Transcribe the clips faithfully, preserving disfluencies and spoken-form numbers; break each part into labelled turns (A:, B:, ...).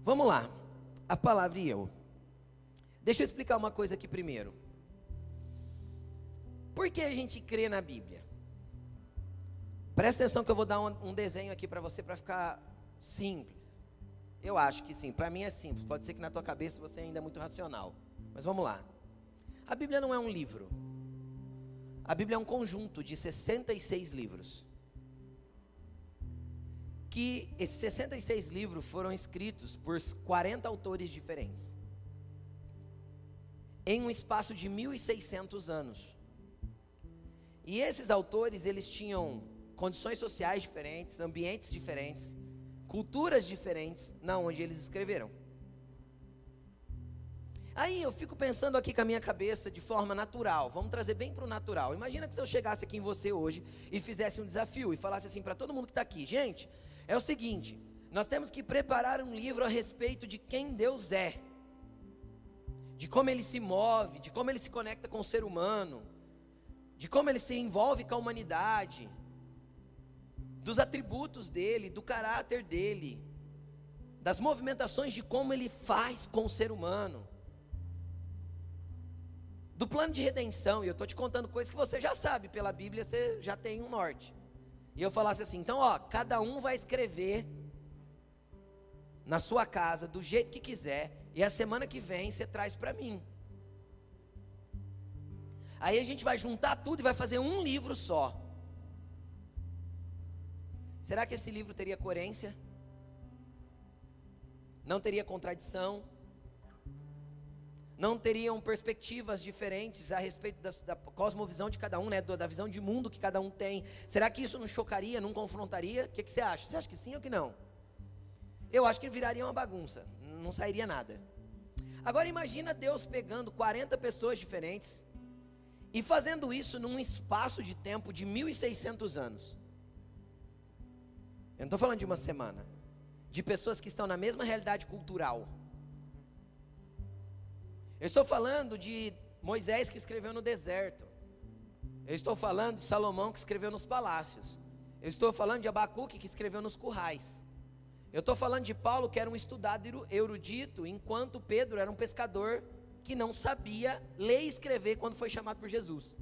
A: Vamos lá, a palavra e eu. Deixa eu explicar uma coisa aqui primeiro. Por que a gente crê na Bíblia? Presta atenção que eu vou dar um, um desenho aqui para você, para ficar simples. Eu acho que sim, para mim é simples. Pode ser que na tua cabeça você ainda é muito racional. Mas vamos lá. A Bíblia não é um livro. A Bíblia é um conjunto de sessenta e seis livros. Que esses sessenta e seis livros foram escritos por quarenta autores diferentes. Em um espaço de mil e seiscentos anos. E esses autores, eles tinham condições sociais diferentes, ambientes diferentes, culturas diferentes, na onde eles escreveram. Aí eu fico pensando aqui com a minha cabeça de forma natural. Vamos trazer bem para o natural. Imagina que se eu chegasse aqui em você hoje e fizesse um desafio e falasse assim para todo mundo que está aqui: gente, é o seguinte, nós temos que preparar um livro a respeito de quem Deus é, de como Ele se move, de como Ele se conecta com o ser humano, de como Ele se envolve com a humanidade, dos atributos dEle, do caráter dEle, das movimentações de como Ele faz com o ser humano, do plano de redenção. E eu estou te contando coisas que você já sabe, pela Bíblia você já tem um norte. E eu falasse assim, então ó, cada um vai escrever na sua casa, do jeito que quiser, e a semana que vem você traz para mim. Aí a gente vai juntar tudo e vai fazer um livro só. Será que esse livro teria coerência? Não teria contradição? Não teriam perspectivas diferentes a respeito da, da cosmovisão de cada um, né? Da visão de mundo que cada um tem? Será que isso não chocaria, não confrontaria? O que, que você acha? Você acha que sim ou que não? Eu acho que viraria uma bagunça, não sairia nada. Agora imagina Deus pegando quarenta pessoas diferentes e fazendo isso num espaço de tempo de mil e seiscentos anos. Eu não estou falando de uma semana, de pessoas que estão na mesma realidade cultural. Eu estou falando de Moisés, que escreveu no deserto. Eu estou falando de Salomão, que escreveu nos palácios. Eu estou falando de Abacuque, que escreveu nos currais. Eu estou falando de Paulo, que era um estudado erudito, enquanto Pedro era um pescador que não sabia ler e escrever quando foi chamado por Jesus.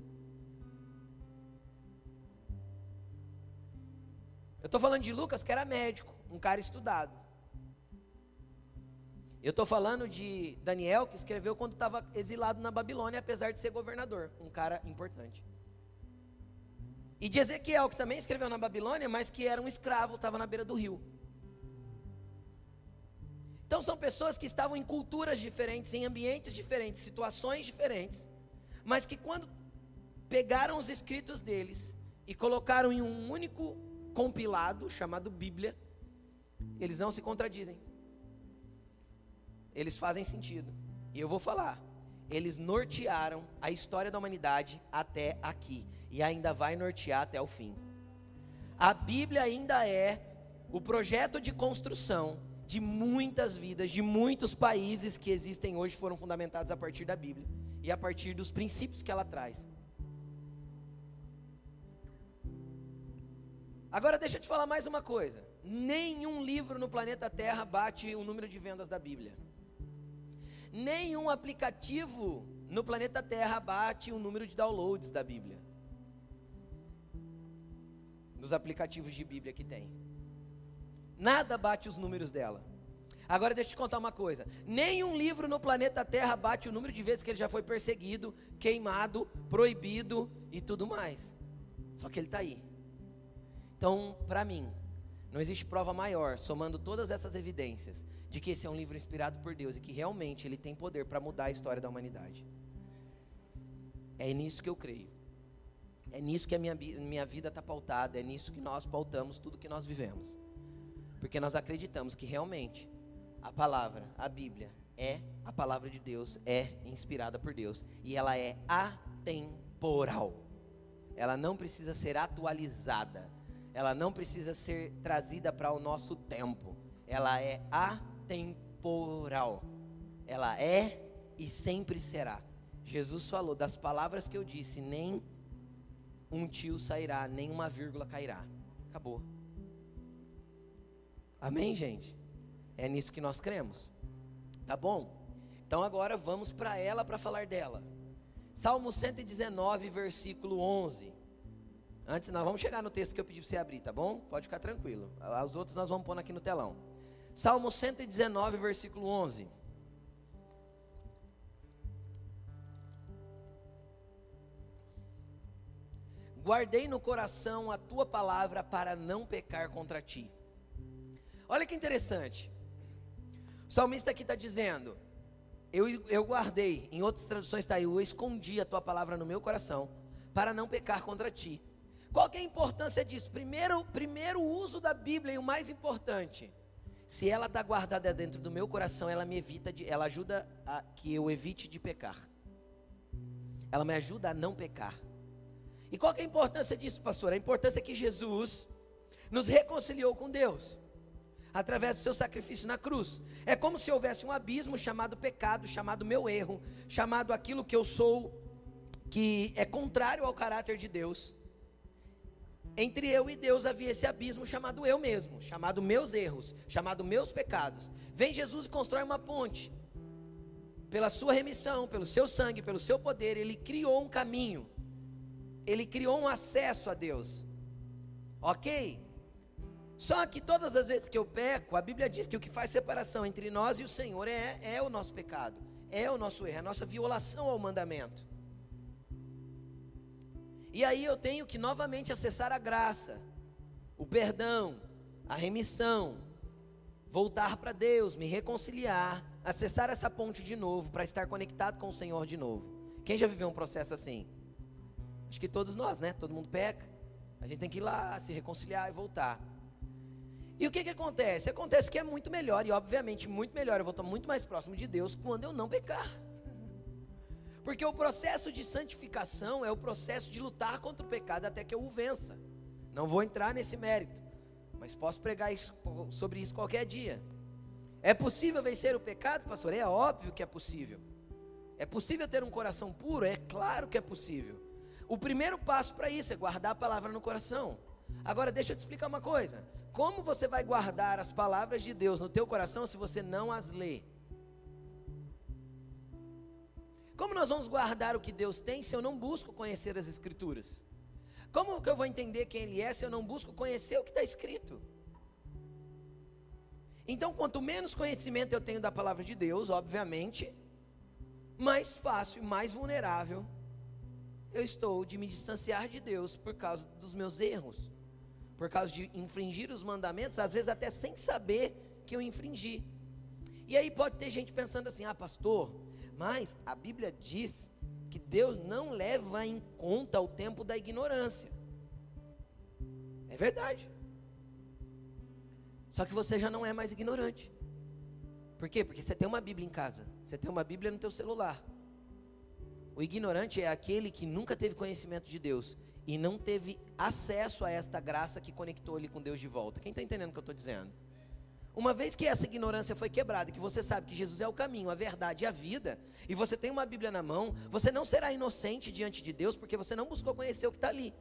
A: Eu estou falando de Lucas, que era médico, um cara estudado. Eu estou falando de Daniel, que escreveu quando estava exilado na Babilônia, apesar de ser governador, um cara importante. E de Ezequiel, que também escreveu na Babilônia, mas que era um escravo, estava na beira do rio. Então são pessoas que estavam em culturas diferentes, em ambientes diferentes, situações diferentes, mas que quando pegaram os escritos deles e colocaram em um único compilado, chamado Bíblia, eles não se contradizem. Eles fazem sentido. E eu vou falar, eles nortearam a história da humanidade até aqui, e ainda vai nortear até o fim. A Bíblia ainda é o projeto de construção de muitas vidas, de muitos países que existem hoje, foram fundamentados a partir da Bíblia, e a partir dos princípios que ela traz. Agora deixa eu te falar mais uma coisa, nenhum livro no planeta Terra bate o número de vendas da Bíblia. Nenhum aplicativo no planeta Terra bate o número de downloads da Bíblia, dos aplicativos de Bíblia que tem. Nada bate os números dela. Agora deixa eu te contar uma coisa, nenhum livro no planeta Terra bate o número de vezes que ele já foi perseguido, queimado, proibido e tudo mais. Só que ele está aí. Então, para mim, não existe prova maior, somando todas essas evidências, de que esse é um livro inspirado por Deus e que realmente ele tem poder para mudar a história da humanidade. É nisso que eu creio. É nisso que a minha, minha vida está pautada, é nisso que nós pautamos tudo que nós vivemos. Porque nós acreditamos que realmente a palavra, a Bíblia, é a palavra de Deus, é inspirada por Deus. E ela é atemporal. Ela não precisa ser atualizada. Ela não precisa ser trazida para o nosso tempo. Ela é atemporal. Ela é e sempre será. Jesus falou, das palavras que eu disse, nem um tio sairá, nem uma vírgula cairá. Acabou. Amém, gente? É nisso que nós cremos. Tá bom? Então agora vamos para ela para falar dela. Salmo cento e dezenove, versículo onze. Antes nós vamos chegar no texto que eu pedi para você abrir, tá bom? Pode ficar tranquilo. Os outros nós vamos pôr aqui no telão. Salmo cento e dezenove, versículo onze. Guardei no coração a tua palavra para não pecar contra ti. Olha que interessante. O salmista aqui está dizendo, eu, eu guardei, em outras traduções está aí, eu escondi a tua palavra no meu coração para não pecar contra ti. Qual que é a importância disso? Primeiro, primeiro o uso da Bíblia, e o mais importante, se ela está guardada dentro do meu coração, ela me evita, de, ela ajuda a que eu evite de pecar. Ela me ajuda a não pecar. E qual que é a importância disso, pastor? A importância é que Jesus nos reconciliou com Deus, através do seu sacrifício na cruz. É como se houvesse um abismo chamado pecado, chamado meu erro, chamado aquilo que eu sou, que é contrário ao caráter de Deus. Entre eu e Deus havia esse abismo chamado eu mesmo, chamado meus erros, chamado meus pecados. Vem Jesus e constrói uma ponte. Pela sua remissão, pelo seu sangue, pelo seu poder, Ele criou um caminho. Ele criou um acesso a Deus. Ok? Só que todas as vezes que eu peco, a Bíblia diz que o que faz separação entre nós e o Senhor é, é o nosso pecado, é o nosso erro, é a nossa violação ao mandamento. E aí eu tenho que novamente acessar a graça, o perdão, a remissão, voltar para Deus, me reconciliar, acessar essa ponte de novo, para estar conectado com o Senhor de novo. Quem já viveu um processo assim? Acho que todos nós, né? Todo mundo peca, a gente tem que ir lá, se reconciliar e voltar. E o que que acontece? Acontece que é muito melhor, e obviamente muito melhor, eu vou estar muito mais próximo de Deus quando eu não pecar. Porque o processo de santificação é o processo de lutar contra o pecado até que eu o vença. Não vou entrar nesse mérito, mas posso pregar isso, sobre isso qualquer dia. É possível vencer o pecado, pastor? É óbvio que é possível. É possível ter um coração puro? É claro que é possível. O primeiro passo para isso é guardar a palavra no coração. Agora deixa eu te explicar uma coisa. Como você vai guardar as palavras de Deus no teu coração se você não as lê? Como nós vamos guardar o que Deus tem se eu não busco conhecer as Escrituras? Como que eu vou entender quem Ele é se eu não busco conhecer o que está escrito? Então, quanto menos conhecimento eu tenho da palavra de Deus, obviamente, mais fácil e mais vulnerável eu estou de me distanciar de Deus por causa dos meus erros, por causa de infringir os mandamentos, às vezes até sem saber que eu infringi. E aí pode ter gente pensando assim, ah pastor, mas a Bíblia diz que Deus não leva em conta o tempo da ignorância. É verdade. Só que você já não é mais ignorante. Por quê? Porque você tem uma Bíblia em casa, você tem uma Bíblia no teu celular. O ignorante é aquele que nunca teve conhecimento de Deus e não teve acesso a esta graça que conectou ele com Deus de volta. Quem está entendendo o que eu estou dizendo? Uma vez que essa ignorância foi quebrada, que você sabe que Jesus é o caminho, a verdade e a vida, e você tem uma Bíblia na mão, você não será inocente diante de Deus, porque você não buscou conhecer o que está ali.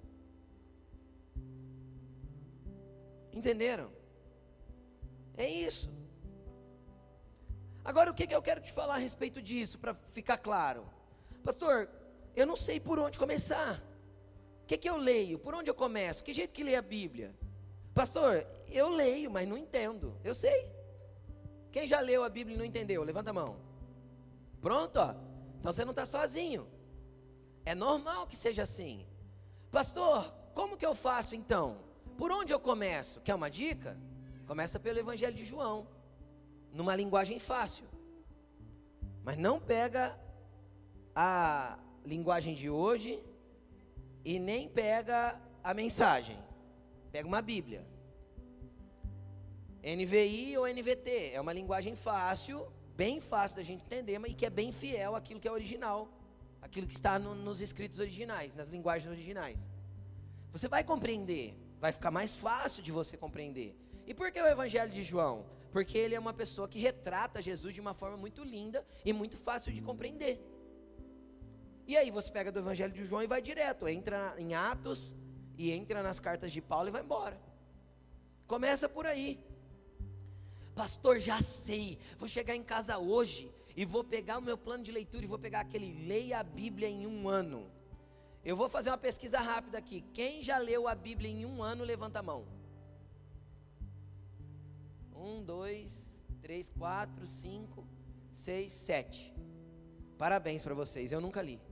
A: Entenderam? É isso. Agora o que, que eu quero te falar a respeito disso, para ficar claro? Pastor, eu não sei por onde começar. O que, que eu leio? Por onde eu começo? Que jeito que lê a Bíblia? Pastor, eu leio, mas não entendo. Eu sei. Quem já leu a Bíblia e não entendeu? Levanta a mão. Pronto, ó. Então você não está sozinho. É normal que seja assim. Pastor, como que eu faço então? Por onde eu começo? Quer uma dica? Começa pelo Evangelho de João, numa linguagem fácil. Mas não pega a linguagem de hoje e nem pega a mensagem. Pega uma Bíblia, N V I ou N V T, é uma linguagem fácil, bem fácil da gente entender, mas que é bem fiel àquilo que é original, aquilo que está no, nos escritos originais, nas linguagens originais. Você vai compreender, vai ficar mais fácil de você compreender. E por que o Evangelho de João? Porque ele é uma pessoa que retrata Jesus de uma forma muito linda e muito fácil de compreender. E aí você pega do Evangelho de João e vai direto, entra em Atos e entra nas cartas de Paulo e vai embora. Começa por aí. Pastor, já sei, vou chegar em casa hoje e vou pegar o meu plano de leitura e vou pegar aquele leia a Bíblia em um ano. Eu vou fazer uma pesquisa rápida aqui. Quem já leu a Bíblia em um ano, levanta a mão. Um, dois, três, quatro, cinco, seis, sete. Parabéns para vocês, eu nunca li.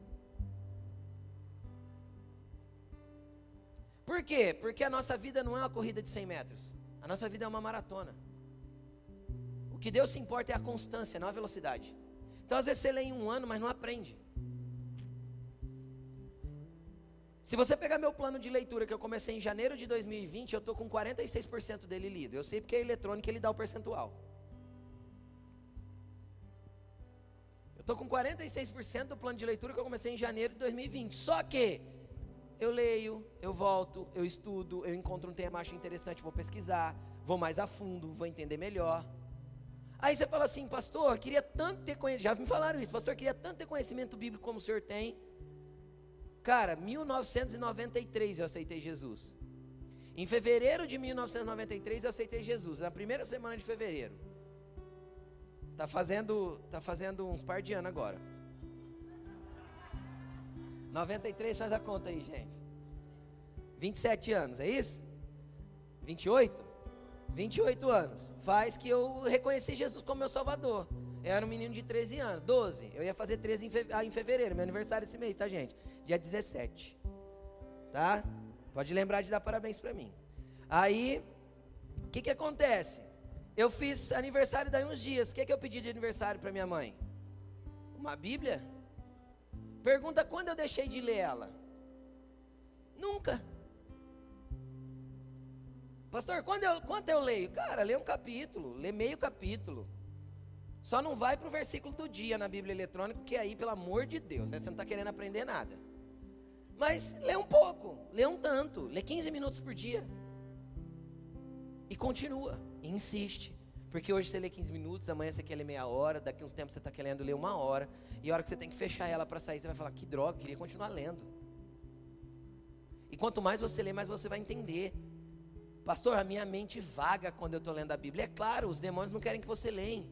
A: Por quê? Porque a nossa vida não é uma corrida de cem metros. A nossa vida é uma maratona. O que Deus se importa é a constância, não a velocidade. Então às vezes você lê em um ano, mas não aprende. Se você pegar meu plano de leitura, que eu comecei em janeiro de dois mil e vinte, eu estou com quarenta e seis por cento dele lido. Eu sei porque é eletrônico, ele dá o percentual. Eu estou com quarenta e seis por cento do plano de leitura que eu comecei em janeiro de dois mil e vinte. Só que eu leio, eu volto, eu estudo, eu encontro um tema, acho interessante, vou pesquisar, vou mais a fundo, vou entender melhor. Aí você fala assim, pastor, queria tanto ter conhecimento, já me falaram isso, pastor, queria tanto ter conhecimento bíblico como o senhor tem. Cara, mil novecentos e noventa e três eu aceitei Jesus. Em fevereiro de mil novecentos e noventa e três eu aceitei Jesus, na primeira semana de fevereiro. Tá fazendo, tá fazendo uns par de anos agora. noventa e três, faz a conta aí, gente. vinte e sete anos, é isso? vinte e oito? vinte e oito anos. Faz que eu reconheci Jesus como meu Salvador. Eu era um menino de treze anos, doze. Eu ia fazer treze em, fe... ah, em fevereiro, meu aniversário esse mês, tá, gente? Dia dezessete. Tá? Pode lembrar de dar parabéns pra mim. Aí, o que que acontece? Eu fiz aniversário daí uns dias. O que que eu pedi de aniversário pra minha mãe? Uma Bíblia? Pergunta quando eu deixei de ler ela. Nunca. Pastor, quando eu, quanto eu leio? Cara, lê um capítulo, lê meio capítulo. Só não vai para o versículo do dia na Bíblia eletrônica, porque aí, pelo amor de Deus, né, você não está querendo aprender nada. Mas lê um pouco, lê um tanto, lê quinze minutos por dia. E continua, e insiste. Porque hoje você lê quinze minutos, amanhã você quer ler meia hora, daqui uns tempos você está querendo ler uma hora. E a hora que você tem que fechar ela para sair, você vai falar, que droga, queria continuar lendo. E quanto mais você lê, mais você vai entender. Pastor, a minha mente vaga quando eu estou lendo a Bíblia. É claro, os demônios não querem que você leia.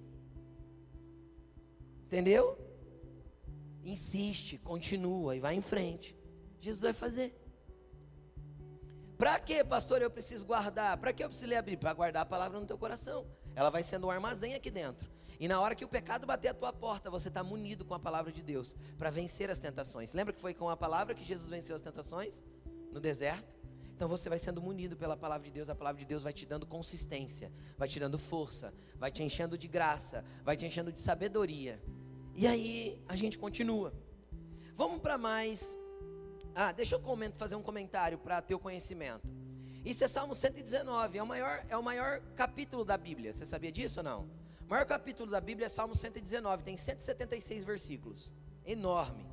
A: Entendeu? Insiste, continua e vai em frente. Jesus vai fazer. Para que, pastor, eu preciso guardar? Para que eu preciso ler a Bíblia? Para guardar a palavra no teu coração. Ela vai sendo um armazém aqui dentro. E na hora que o pecado bater a tua porta, você está munido com a palavra de Deus para vencer as tentações. Lembra que foi com a palavra que Jesus venceu as tentações? No deserto? Então você vai sendo munido pela palavra de Deus. A palavra de Deus vai te dando consistência, vai te dando força, vai te enchendo de graça, vai te enchendo de sabedoria. E aí a gente continua. Vamos para mais. Ah, deixa eu comento, fazer um comentário para ter o conhecimento. Isso é Salmo cento e dezenove, é o maior, é o maior capítulo da Bíblia. Você sabia disso ou não? O maior capítulo da Bíblia é Salmo cento e dezenove, tem cento e setenta e seis versículos. Enorme.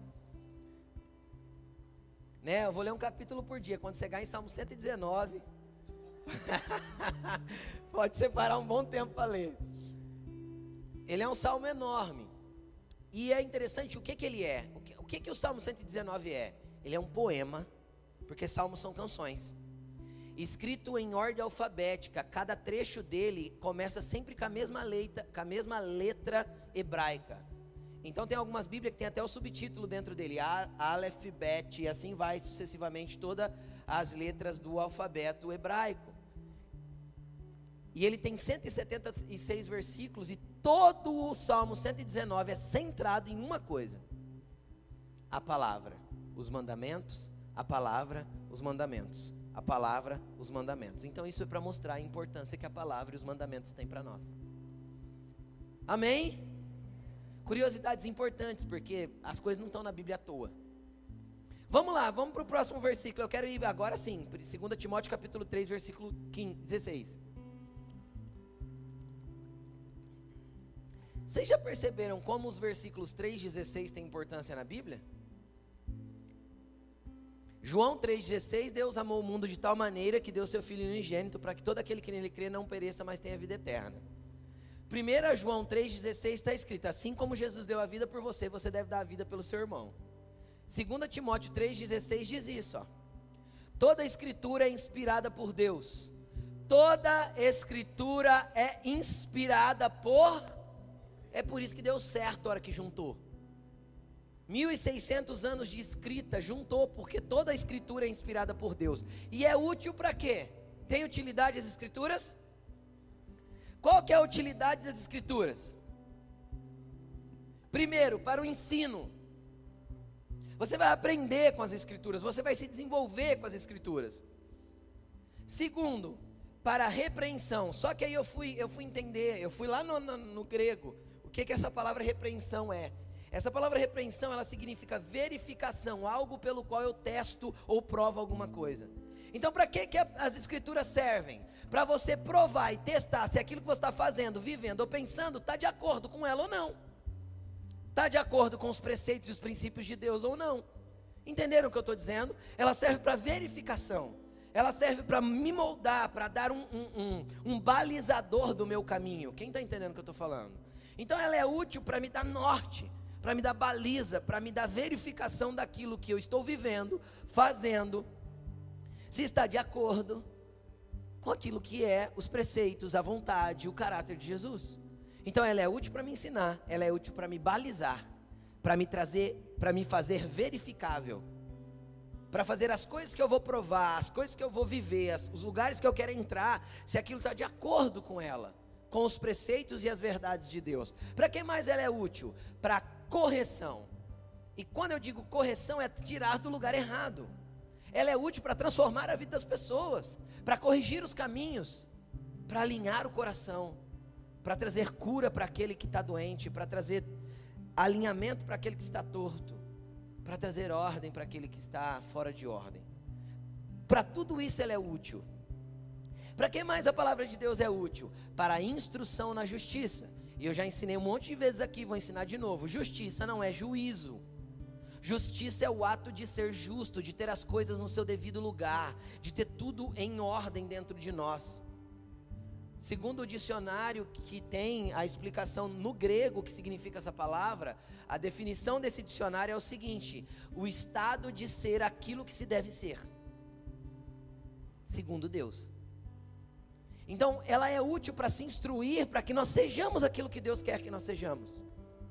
A: Né? Eu vou ler um capítulo por dia. Quando chegar em Salmo cento e dezenove, pode separar um bom tempo para ler. Ele é um salmo enorme. E é interessante o que que ele é. O que, o que que o Salmo cento e dezenove é? Ele é um poema, porque salmos são canções, escrito em ordem alfabética. Cada trecho dele começa sempre com a mesma letra, com a mesma letra hebraica. Então tem algumas bíblias que tem até o subtítulo dentro dele, Aleph, Bet, e assim vai sucessivamente todas as letras do alfabeto hebraico. E ele tem cento e setenta e seis versículos, e todo o Salmo cento e dezenove é centrado em uma coisa: a palavra, os mandamentos, a palavra, os mandamentos, a palavra, os mandamentos. Então isso é para mostrar a importância que a palavra e os mandamentos têm para nós. Amém? Curiosidades importantes, porque as coisas não estão na Bíblia à toa. Vamos lá, vamos para o próximo versículo. Eu quero ir agora sim, dois Timóteo capítulo três, versículo dezesseis. Vocês já perceberam como os versículos três, dezesseis têm importância na Bíblia? João três, dezesseis, Deus amou o mundo de tal maneira que deu seu Filho unigênito para que todo aquele que nele crê não pereça, mas tenha vida eterna. primeiro João três, dezesseis está escrito: assim como Jesus deu a vida por você, você deve dar a vida pelo seu irmão. dois Timóteo três, dezesseis diz isso, ó. Toda a escritura é inspirada por Deus, Toda escritura é inspirada por... É por isso que deu certo a hora que juntou. mil e seiscentos anos de escrita juntou, porque toda a escritura é inspirada por Deus. E é útil para quê? Tem utilidade as escrituras? Qual que é a utilidade das escrituras? Primeiro, para o ensino. Você vai aprender com as escrituras, você vai se desenvolver com as escrituras. Segundo, para a repreensão. Só que aí eu fui, eu fui entender, eu fui lá no, no, no grego, o que que essa palavra repreensão é. Essa palavra repreensão, ela significa verificação, algo pelo qual eu testo ou provo alguma coisa. Então, para que que as escrituras servem? Para você provar e testar se aquilo que você está fazendo, vivendo ou pensando, está de acordo com ela ou não. Está de acordo com os preceitos e os princípios de Deus ou não. Entenderam o que eu estou dizendo? Ela serve para verificação. Ela serve para me moldar, para dar um, um, um, um balizador do meu caminho. Quem está entendendo o que eu estou falando? Então ela é útil para me dar norte, para me dar baliza, para me dar verificação daquilo que eu estou vivendo, fazendo, se está de acordo com aquilo que é os preceitos, a vontade, o caráter de Jesus. Então ela é útil para me ensinar, ela é útil para me balizar, para me trazer, para me fazer verificável, para fazer as coisas que eu vou provar, as coisas que eu vou viver, as, os lugares que eu quero entrar, se aquilo está de acordo com ela, com os preceitos e as verdades de Deus. Para que mais ela é útil? Para correção. E quando eu digo correção, é tirar do lugar errado. Ela é útil para transformar a vida das pessoas, para corrigir os caminhos, para alinhar o coração, para trazer cura para aquele que está doente, para trazer alinhamento para aquele que está torto, para trazer ordem para aquele que está fora de ordem. Para tudo isso ela é útil. Para que mais a palavra de Deus é útil? Para a instrução na justiça. E eu já ensinei um monte de vezes aqui, vou ensinar de novo. Justiça não é juízo. Justiça é o ato de ser justo, de ter as coisas no seu devido lugar, de ter tudo em ordem dentro de nós. Segundo o dicionário, que tem a explicação no grego que significa essa palavra, a definição desse dicionário é o seguinte: o estado de ser aquilo que se deve ser, segundo Deus. Então ela é útil para se instruir, para que nós sejamos aquilo que Deus quer que nós sejamos.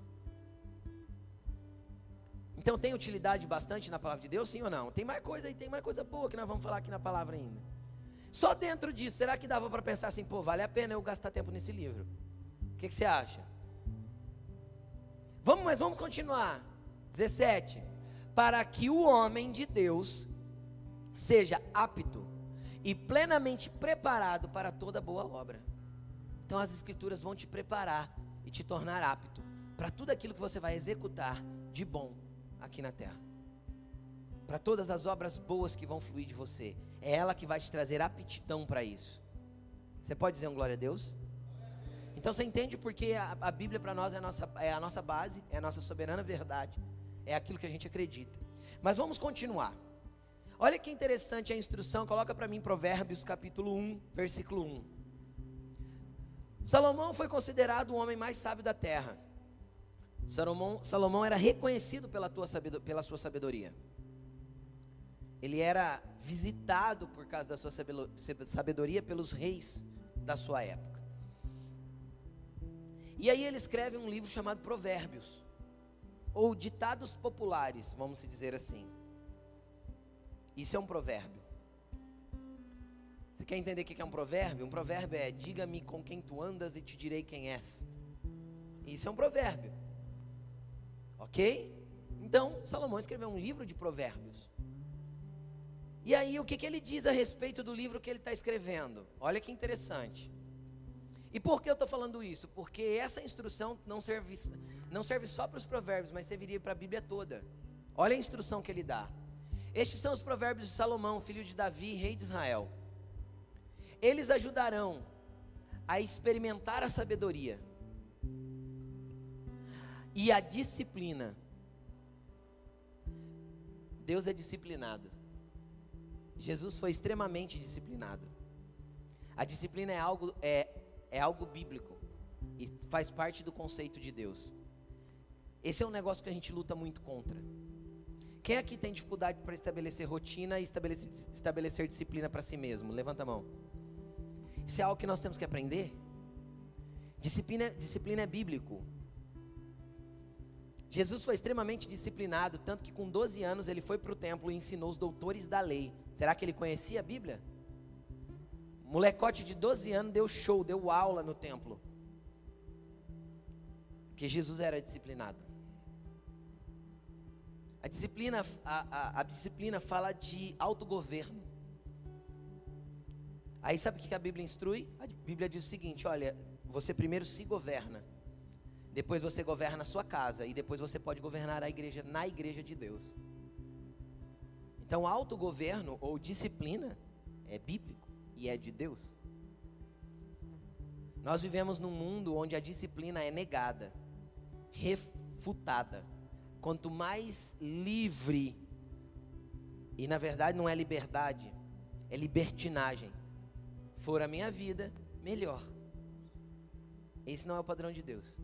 A: Então tem utilidade bastante na palavra de Deus, sim ou não? Tem mais coisa aí, tem mais coisa boa que nós vamos falar aqui na palavra ainda. Só dentro disso, será que dava para pensar assim, pô, vale a pena eu gastar tempo nesse livro? O que, que você acha? Vamos, mas vamos continuar. dezessete. Para que o homem de Deus seja apto e plenamente preparado para toda boa obra. Então as escrituras vão te preparar e te tornar apto para tudo aquilo que você vai executar de bom aqui na terra, para todas as obras boas que vão fluir de você. É ela que vai te trazer aptidão para isso. Você pode dizer um glória a Deus? Então você entende porque a, a Bíblia para nós é a, nossa, é a nossa base, é a nossa soberana verdade, é aquilo que a gente acredita. Mas vamos continuar. Olha que interessante a instrução, coloca para mim Provérbios capítulo um, versículo um. Salomão foi considerado o homem mais sábio da terra. Salomão, Salomão era reconhecido pela, tua sabedoria, pela sua sabedoria. Ele era visitado por causa da sua sabedoria pelos reis da sua época. E aí ele escreve um livro chamado Provérbios, ou ditados populares, vamos dizer assim. Isso é um provérbio. Você quer entender o que é um provérbio? Um provérbio é: diga-me com quem tu andas e te direi quem és. Isso é um provérbio. Ok? Então Salomão escreveu um livro de provérbios. E aí o que, que ele diz a respeito do livro que ele está escrevendo? Olha que interessante. E por que eu estou falando isso? Porque essa instrução não serve, não serve só para os provérbios, mas serviria para a Bíblia toda. Olha a instrução que ele dá. Estes são os provérbios de Salomão, filho de Davi, rei de Israel. Eles ajudarão a experimentar a sabedoria e a disciplina. Deus é disciplinado. Jesus foi extremamente disciplinado. A disciplina é algo, é, é algo bíblico e faz parte do conceito de Deus. Esse é um negócio que a gente luta muito contra. Quem aqui tem dificuldade para estabelecer rotina e estabelecer, estabelecer disciplina para si mesmo? Levanta a mão. Isso é algo que nós temos que aprender. Disciplina, disciplina é bíblico. Jesus foi extremamente disciplinado, tanto que com doze anos ele foi para o templo e ensinou os doutores da lei. Será que ele conhecia a Bíblia? Molecote de doze anos deu show, deu aula no templo. Porque Jesus era disciplinado. A disciplina, a, a, a disciplina fala de autogoverno. Aí sabe o que a Bíblia instrui? A Bíblia diz o seguinte: olha, você primeiro se governa, depois você governa a sua casa, e depois você pode governar a igreja na igreja de Deus. Então autogoverno ou disciplina é bíblico e é de Deus. Nós vivemos num mundo onde a disciplina é negada, refutada. Quanto mais livre, e na verdade não é liberdade, é libertinagem, for a minha vida, melhor. Esse não é o padrão de Deus.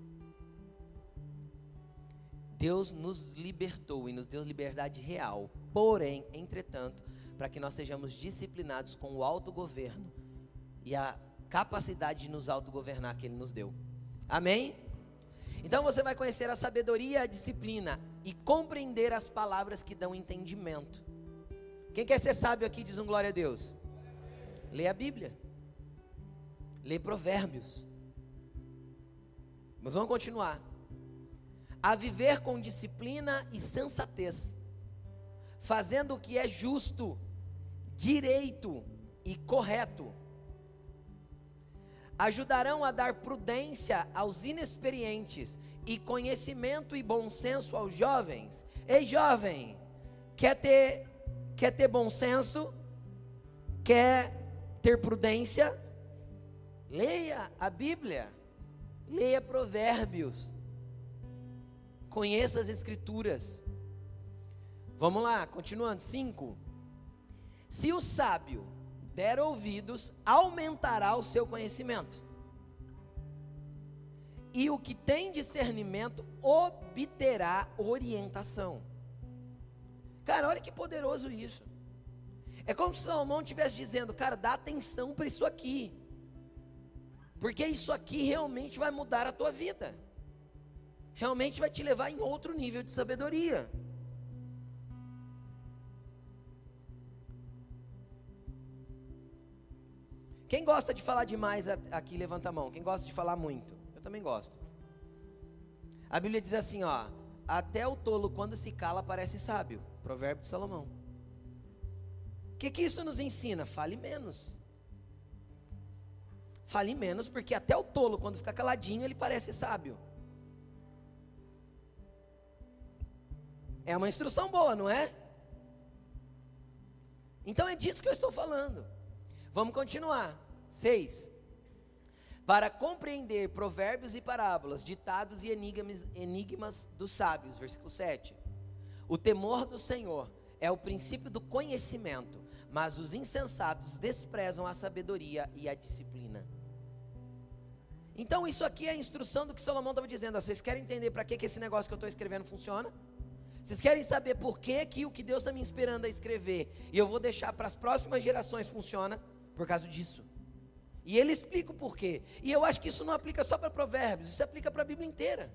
A: Deus nos libertou e nos deu liberdade real. Porém, entretanto, para que nós sejamos disciplinados com o autogoverno e a capacidade de nos autogovernar que Ele nos deu. Amém? Então você vai conhecer a sabedoria e a disciplina e compreender as palavras que dão entendimento. Quem quer ser sábio aqui diz um glória a Deus. Lê a Bíblia. Lê Provérbios. Mas vamos continuar. A viver com disciplina e sensatez, fazendo o que é justo, direito e correto, ajudarão a dar prudência aos inexperientes e conhecimento e bom senso aos jovens. Ei, jovem, quer ter, quer ter bom senso? Quer ter prudência? Leia a Bíblia, leia Provérbios, conheça as Escrituras. Vamos lá, continuando. Cinco. Se o sábio der ouvidos, aumentará o seu conhecimento, e o que tem discernimento obterá orientação. Cara, olha que poderoso isso. É como se Salomão estivesse dizendo: cara, dá atenção para isso aqui, porque isso aqui realmente vai mudar a tua vida, realmente vai te levar em outro nível de sabedoria. Quem gosta de falar demais aqui, levanta a mão. Quem gosta de falar muito? Eu também gosto. A Bíblia diz assim, ó: até o tolo, quando se cala, parece sábio. Provérbio de Salomão. O que que isso nos ensina? Fale menos. Fale menos, porque até o tolo, quando fica caladinho, ele parece sábio. É uma instrução boa, não é? Então é disso que eu estou falando. Vamos continuar. Seis. Para compreender provérbios e parábolas, ditados e enigmas, enigmas dos sábios. Versículo sete. O temor do Senhor é o princípio do conhecimento, mas os insensatos desprezam a sabedoria e a disciplina. Então isso aqui é a instrução do que Salomão estava dizendo. Vocês querem entender para que, que esse negócio que eu estou escrevendo funciona? Vocês querem saber por que, que o que Deus está me inspirando a escrever, e eu vou deixar para as próximas gerações, funciona? Por causa disso. E ele explica o porquê. E eu acho que isso não aplica só para Provérbios, isso aplica para a Bíblia inteira.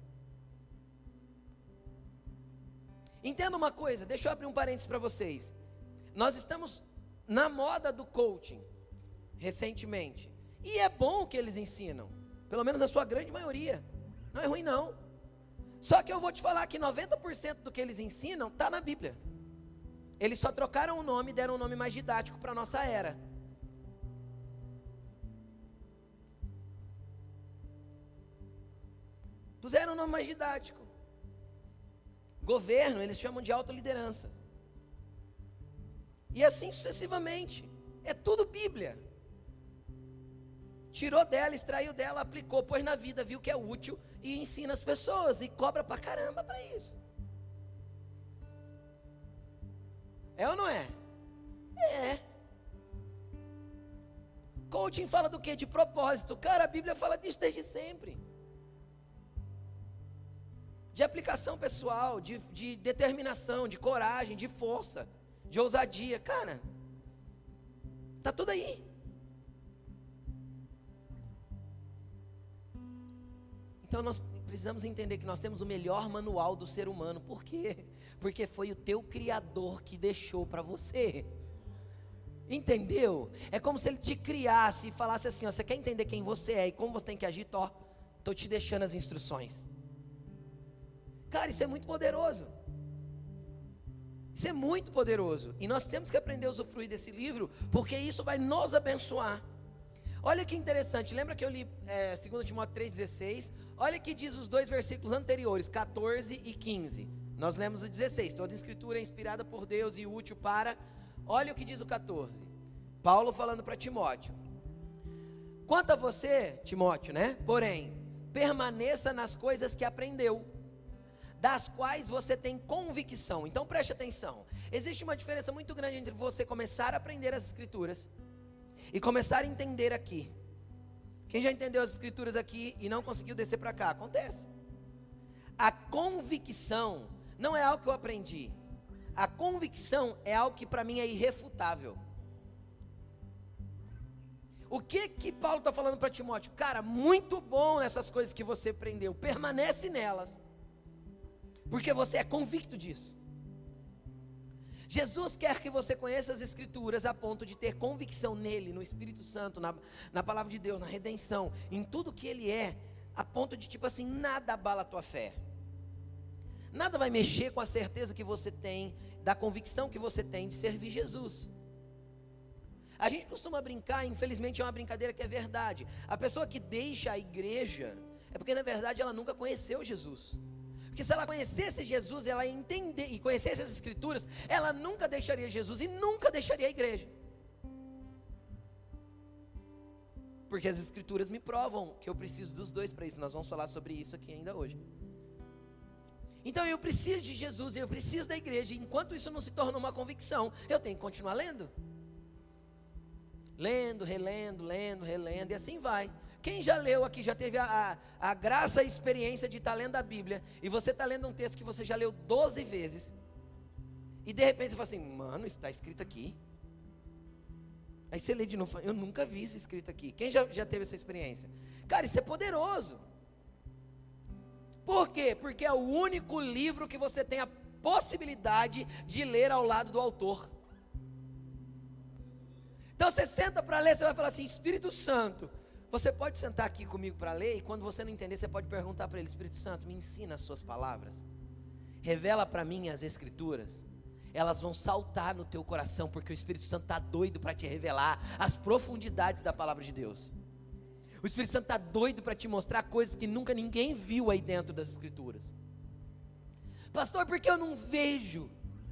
A: Entenda uma coisa, deixa eu abrir um parênteses para vocês. Nós estamos na moda do coaching, recentemente. E é bom o que eles ensinam, pelo menos a sua grande maioria. Não é ruim não. Só que eu vou te falar que noventa por cento do que eles ensinam está na Bíblia. Eles só trocaram o nome e deram um nome mais didático para a nossa era. Puseram um nome mais didático. Governo, eles chamam de autoliderança. E assim sucessivamente. É tudo Bíblia. Tirou dela, extraiu dela, aplicou, pôs na vida, viu que é útil e ensina as pessoas e cobra pra caramba para isso. É ou não é? É. Coaching fala do quê? De propósito. Cara, a Bíblia fala disso desde sempre. De aplicação pessoal, de, de determinação, de coragem, de força, de ousadia. Cara, está tudo aí. Então nós precisamos entender que nós temos o melhor manual do ser humano. Por quê? Porque foi o teu Criador que deixou para você. Entendeu? É como se ele te criasse e falasse assim, ó, você quer entender quem você é e como você tem que agir? Tó, tô te deixando as instruções. Cara, isso é muito poderoso. Isso é muito poderoso. E nós temos que aprender a usufruir desse livro, porque isso vai nos abençoar. Olha que interessante, lembra que eu li é, dois Timóteo três, dezesseis? Olha que diz os dois versículos anteriores, quatorze e quinze. Nós lemos o dezesseis, toda escritura é inspirada por Deus e útil para... Olha o que diz o quatorze. Paulo falando para Timóteo. Quanto a você, Timóteo, né? Porém, permaneça nas coisas que aprendeu, das quais você tem convicção. Então preste atenção. Existe uma diferença muito grande entre você começar a aprender as escrituras e começar a entender aqui. Quem já entendeu as escrituras aqui e não conseguiu descer para cá? Acontece. A convicção não é algo que eu aprendi. A convicção é algo que para mim é irrefutável. O que que Paulo está falando para Timóteo? Cara, muito bom essas coisas que você aprendeu. Permanece nelas. Porque você é convicto disso. Jesus quer que você conheça as escrituras a ponto de ter convicção nele, no Espírito Santo, na, na palavra de Deus, na redenção, em tudo que ele é, a ponto de tipo assim, nada abala a tua fé. Nada vai mexer com a certeza que você tem, da convicção que você tem de servir Jesus. A gente costuma brincar, infelizmente é uma brincadeira que é verdade. A pessoa que deixa a igreja, é porque na verdade ela nunca conheceu Jesus. Porque se ela conhecesse Jesus, ela ia entender, e conhecesse as escrituras, ela nunca deixaria Jesus e nunca deixaria a igreja. Porque as escrituras me provam que eu preciso dos dois para isso. Nós vamos falar sobre isso aqui ainda hoje. Então eu preciso de Jesus, eu preciso da igreja. E enquanto isso não se torna uma convicção, eu tenho que continuar lendo. Lendo, relendo, lendo, relendo, e assim vai. Quem já leu aqui, já teve a, a, a graça e a experiência de estar lendo a Bíblia, e você está lendo um texto que você já leu doze vezes, e de repente você fala assim, mano, isso está escrito aqui. Aí você lê de novo, eu nunca vi isso escrito aqui. Quem já, já teve essa experiência? Cara, isso é poderoso. Por quê? Porque é o único livro que você tem a possibilidade de ler ao lado do autor. Então você senta para ler, você vai falar assim, Espírito Santo, você pode sentar aqui comigo para ler, e quando você não entender, você pode perguntar para ele, Espírito Santo, me ensina as suas palavras, revela para mim as escrituras, elas vão saltar no teu coração, porque o Espírito Santo está doido para te revelar as profundidades da palavra de Deus. O Espírito Santo está doido para te mostrar coisas que nunca ninguém viu aí dentro das escrituras. Pastor, por que eu não vejo?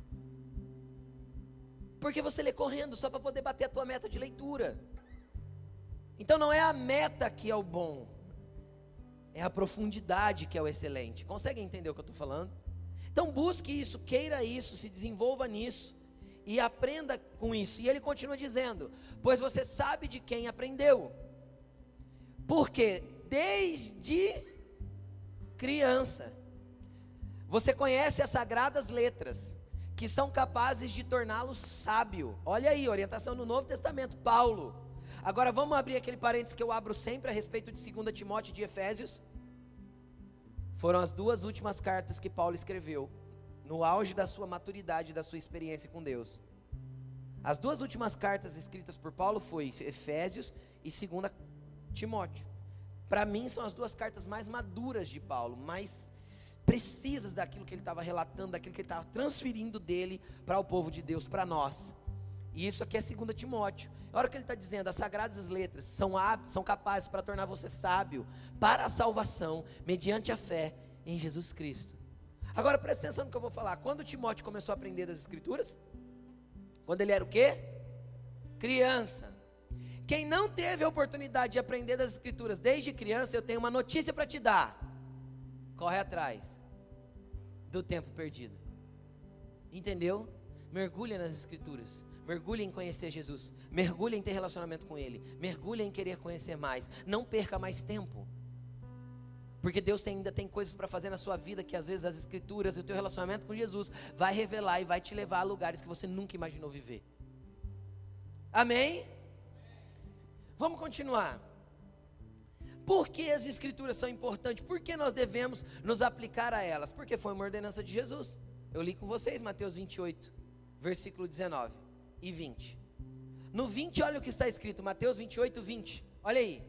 A: Porque você lê correndo só para poder bater a tua meta de leitura. Então não é a meta que é o bom, é a profundidade que é o excelente. Conseguem entender o que eu estou falando? Então busque isso, queira isso, se desenvolva nisso e aprenda com isso. E ele continua dizendo, pois você sabe de quem aprendeu, porque desde criança você conhece as sagradas letras, que são capazes de torná-lo sábio. Olha aí, orientação no Novo Testamento, Paulo. Agora vamos abrir aquele parênteses que eu abro sempre a respeito de dois Timóteo e de Efésios. Foram as duas últimas cartas que Paulo escreveu, no auge da sua maturidade, da sua experiência com Deus. As duas últimas cartas escritas por Paulo foi Efésios e dois Timóteo. Para mim são as duas cartas mais maduras de Paulo, mais precisas daquilo que ele estava relatando, daquilo que ele estava transferindo dele para o povo de Deus, para nós. E isso aqui é dois Timóteo. A hora que ele está dizendo, as sagradas letras são, são capazes para tornar você sábio para a salvação, mediante a fé em Jesus Cristo. Agora presta atenção no que eu vou falar. Quando Timóteo começou a aprender das escrituras? Quando ele era o quê? Criança. Quem não teve a oportunidade de aprender das escrituras desde criança, eu tenho uma notícia para te dar. Corre atrás do tempo perdido. Entendeu? Mergulha nas escrituras. Mergulhe em conhecer Jesus, mergulhe em ter relacionamento com Ele, mergulhe em querer conhecer mais, não perca mais tempo, porque Deus tem, ainda tem coisas para fazer na sua vida, que às vezes as escrituras e o teu relacionamento com Jesus vai revelar e vai te levar a lugares que você nunca imaginou viver. Amém? Vamos continuar. Por que as escrituras são importantes? Por que nós devemos nos aplicar a elas? Porque foi uma ordenança de Jesus. Eu li com vocês Mateus vinte e oito, versículo dezenove e vinte. No vinte, olha o que está escrito, Mateus vinte e oito, vinte. Olha aí.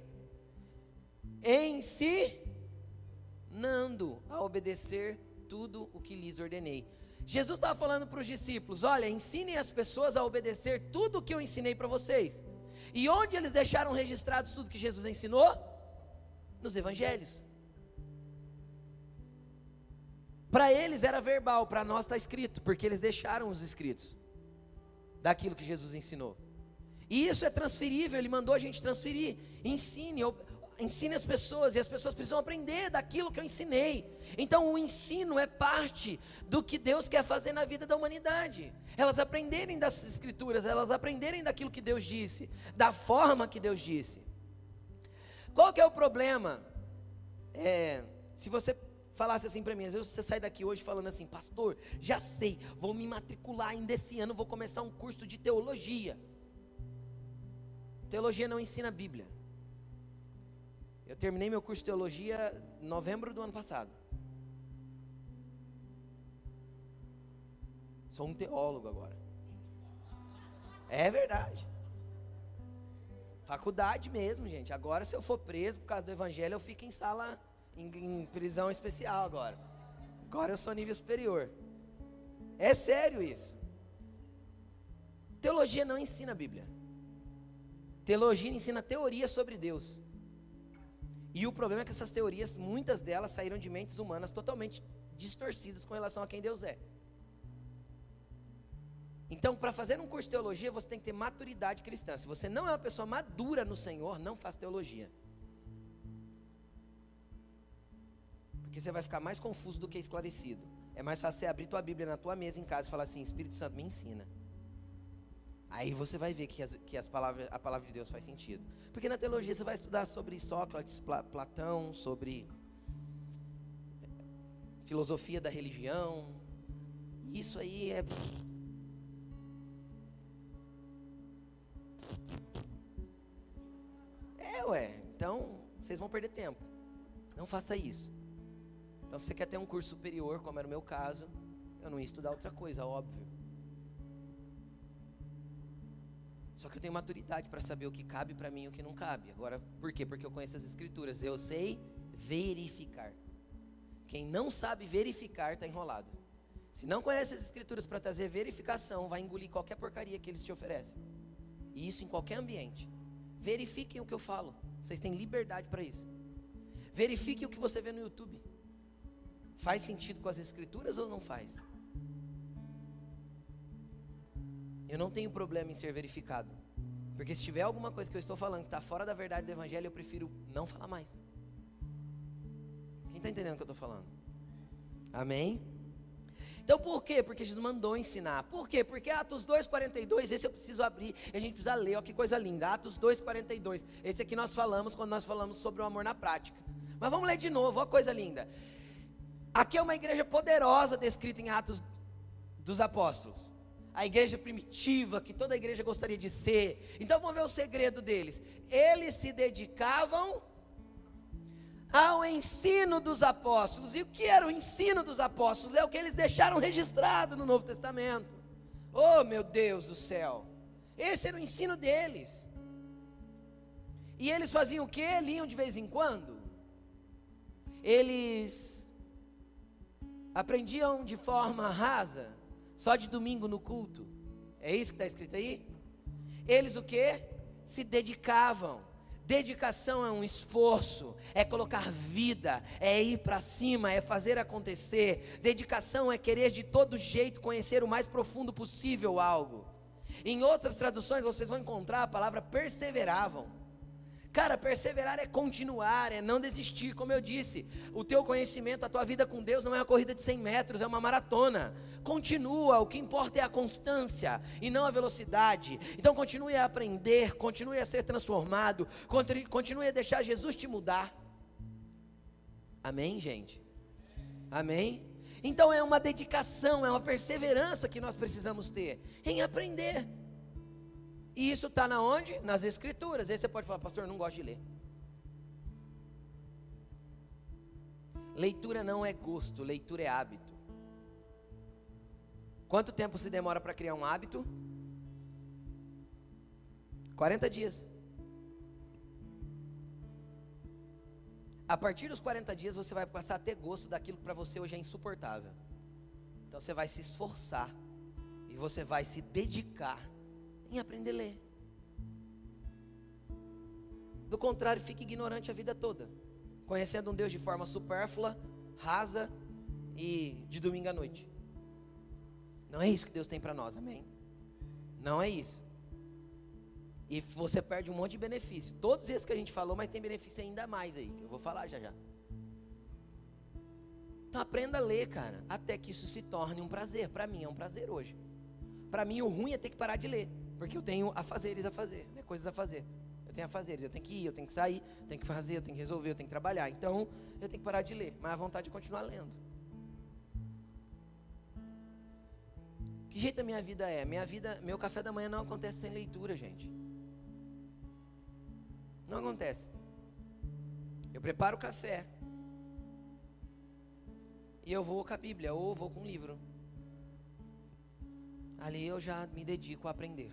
A: Ensinando a obedecer tudo o que lhes ordenei. Jesus estava falando para os discípulos: olha, ensinem as pessoas a obedecer tudo o que eu ensinei para vocês. E onde eles deixaram registrados tudo que Jesus ensinou? Nos evangelhos. Para eles era verbal, para nós está escrito, porque eles deixaram os escritos daquilo que Jesus ensinou. E isso é transferível, Ele mandou a gente transferir. Ensine, ensine as pessoas, e as pessoas precisam aprender daquilo que eu ensinei. Então o ensino é parte do que Deus quer fazer na vida da humanidade. Elas aprenderem das escrituras, elas aprenderem daquilo que Deus disse, da forma que Deus disse. Qual que é o problema? É, se você falasse assim para mim, às vezes você sai daqui hoje falando assim: pastor, já sei, vou me matricular ainda esse ano, vou começar um curso de teologia. Teologia não ensina a Bíblia. Eu terminei meu curso de teologia em novembro do ano passado. Sou um teólogo agora. É verdade. Faculdade mesmo, gente. Agora, se eu for preso por causa do evangelho, eu fico em sala, em, em prisão especial agora. Agora eu sou nível superior. É sério isso. Teologia não ensina a Bíblia. Teologia ensina teoria sobre Deus. E o problema é que essas teorias, muitas delas saíram de mentes humanas totalmente distorcidas com relação a quem Deus é. Então, para fazer um curso de teologia, você tem que ter maturidade cristã. Se você não é uma pessoa madura no Senhor, não faça teologia. Porque você vai ficar mais confuso do que esclarecido. É mais fácil você abrir tua Bíblia na tua mesa em casa e falar assim: Espírito Santo, me ensina. Aí você vai ver que, as, que as palavras, a palavra de Deus faz sentido. Porque na teologia você vai estudar sobre Sócrates, Platão, sobre filosofia da religião. Isso aí é... É, ué. Então, vocês vão perder tempo. Não faça isso. Então, se você quer ter um curso superior, como era o meu caso, eu não ia estudar outra coisa, óbvio. Só que eu tenho maturidade para saber o que cabe para mim e o que não cabe. Agora, por quê? Porque eu conheço as escrituras. Eu sei verificar. Quem não sabe verificar está enrolado. Se não conhece as escrituras para trazer verificação, vai engolir qualquer porcaria que eles te oferecem. E isso em qualquer ambiente. Verifiquem o que eu falo. Vocês têm liberdade para isso. Verifiquem o que você vê no YouTube. Faz sentido com as escrituras ou não faz? Eu não tenho problema em ser verificado. Porque se tiver alguma coisa que eu estou falando que está fora da verdade do evangelho, eu prefiro não falar mais. Quem está entendendo o que eu estou falando? Amém? Então por quê? Porque Jesus mandou ensinar. Por quê? Porque Atos dois, quarenta e dois, esse eu preciso abrir, e a gente precisa ler, ó, que coisa linda. Atos dois, quarenta e dois, esse aqui nós falamos quando nós falamos sobre o amor na prática. Mas vamos ler de novo, ó, coisa linda. Aqui é uma igreja poderosa descrita em Atos dos Apóstolos. A igreja primitiva, que toda a igreja gostaria de ser. Então vamos ver o segredo deles. Eles se dedicavam ao ensino dos apóstolos. E o que era o ensino dos apóstolos? É o que eles deixaram registrado no Novo Testamento. Oh, meu Deus do céu. Esse era o ensino deles. E eles faziam o quê? Liam de vez em quando. Eles aprendiam de forma rasa, só de domingo no culto. É isso que está escrito aí? Eles o quê? Se dedicavam. Dedicação é um esforço, é colocar vida, é ir para cima, é fazer acontecer. Dedicação é querer de todo jeito conhecer o mais profundo possível algo. Em outras traduções vocês vão encontrar a palavra perseveravam. Cara, perseverar é continuar, é não desistir. Como eu disse, o teu conhecimento, a tua vida com Deus não é uma corrida de cem metros, é uma maratona. Continua, o que importa é a constância e não a velocidade. Então continue a aprender, continue a ser transformado, continue a deixar Jesus te mudar. Amém, gente? Amém? Então é uma dedicação, é uma perseverança que nós precisamos ter em aprender. E isso está na onde? Nas escrituras. Aí você pode falar: pastor, eu não gosto de ler. Leitura não é gosto, leitura é hábito. Quanto tempo se demora para criar um hábito? quarenta dias. A partir dos quarenta dias você vai passar a ter gosto daquilo que para você hoje é insuportável. Então você vai se esforçar e você vai se dedicar em aprender a ler. Do contrário, fique ignorante a vida toda, conhecendo um Deus de forma supérflua, rasa e de domingo à noite. Não é isso que Deus tem para nós, amém? Não é isso. E você perde um monte de benefício. Todos esses que a gente falou, mas tem benefício ainda mais aí, que eu vou falar já já. Então aprenda a ler, cara, até que isso se torne um prazer. Para mim é um prazer hoje. Para mim o ruim é ter que parar de ler, porque eu tenho afazeres a fazer, né? Coisas a fazer. Eu tenho afazeres, eu tenho que ir, eu tenho que sair, eu tenho que fazer, eu tenho que resolver, eu tenho que trabalhar. Então eu tenho que parar de ler, mas a vontade de continuar lendo. Que jeito a minha vida é? Minha vida, meu café da manhã não acontece sem leitura, gente. Não acontece. Eu preparo o café e eu vou com a Bíblia ou vou com um livro. Ali eu já me dedico a aprender.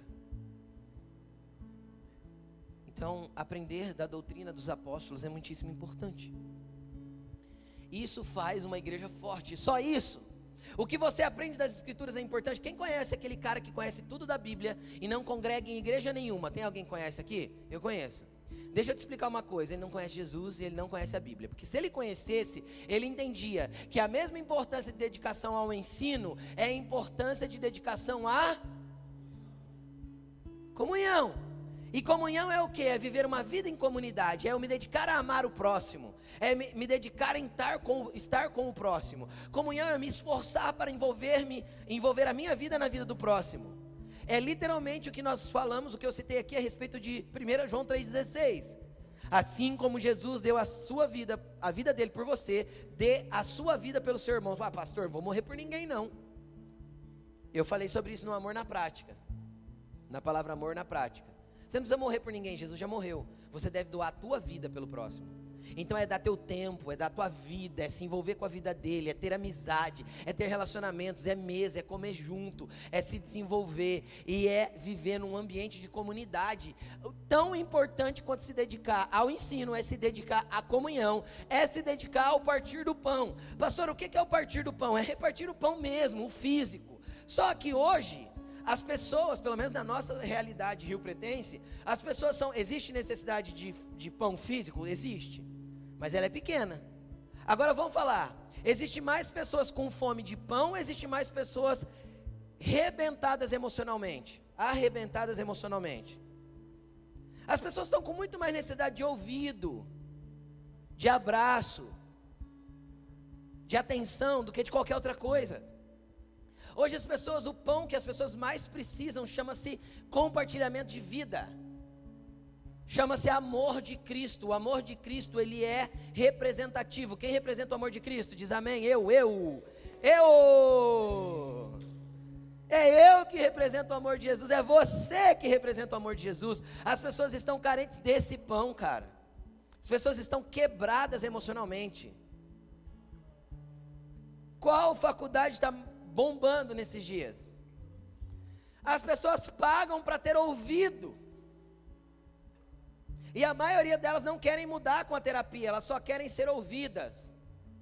A: Então, aprender da doutrina dos apóstolos é muitíssimo importante. Isso faz uma igreja forte. Só isso. O que você aprende das escrituras é importante. Quem conhece aquele cara que conhece tudo da Bíblia e não congrega em igreja nenhuma? Tem alguém que conhece aqui? Eu conheço. Deixa eu te explicar uma coisa, ele não conhece Jesus e ele não conhece a Bíblia, porque se ele conhecesse, ele entendia que a mesma importância de dedicação ao ensino é a importância de dedicação à comunhão. E comunhão é o que? É viver uma vida em comunidade, é eu me dedicar a amar o próximo, é me, me dedicar em estar com, estar com o próximo. Comunhão é me esforçar para envolver-me, envolver a minha vida na vida do próximo. É literalmente o que nós falamos, o que eu citei aqui a respeito de primeiro João três dezesseis. Assim como Jesus deu a sua vida, a vida dele por você, dê a sua vida pelo seu irmão. Ah, pastor, não vou morrer por ninguém não. Eu falei sobre isso no Amor na Prática, na palavra amor na prática. Você não precisa morrer por ninguém, Jesus já morreu. Você deve doar a tua vida pelo próximo. Então é dar teu tempo, é dar tua vida, é se envolver com a vida dele, é ter amizade, é ter relacionamentos, é mesa, é comer junto, é se desenvolver e é viver num ambiente de comunidade. Tão importante quanto se dedicar ao ensino é se dedicar à comunhão, é se dedicar ao partir do pão. Pastor, o que é o partir do pão? É repartir o pão mesmo, o físico. Só que hoje as pessoas, pelo menos na nossa realidade rio-pretense, as pessoas são, existe necessidade de, de pão físico? Existe, mas ela é pequena. Agora vamos falar, existe mais pessoas com fome de pão, existe mais pessoas rebentadas emocionalmente, arrebentadas emocionalmente. As pessoas estão com muito mais necessidade de ouvido, de abraço, de atenção, do que de qualquer outra coisa. Hoje as pessoas, o pão que as pessoas mais precisam chama-se compartilhamento de vida, chama-se amor de Cristo. O amor de Cristo, ele é representativo. Quem representa o amor de Cristo? Diz amém. Eu, eu, eu, é eu que represento o amor de Jesus, é você que representa o amor de Jesus. As pessoas estão carentes desse pão, cara. As pessoas estão quebradas emocionalmente. Qual faculdade está bombando nesses dias? As pessoas pagam para ter ouvido, e a maioria delas não querem mudar com a terapia, elas só querem ser ouvidas.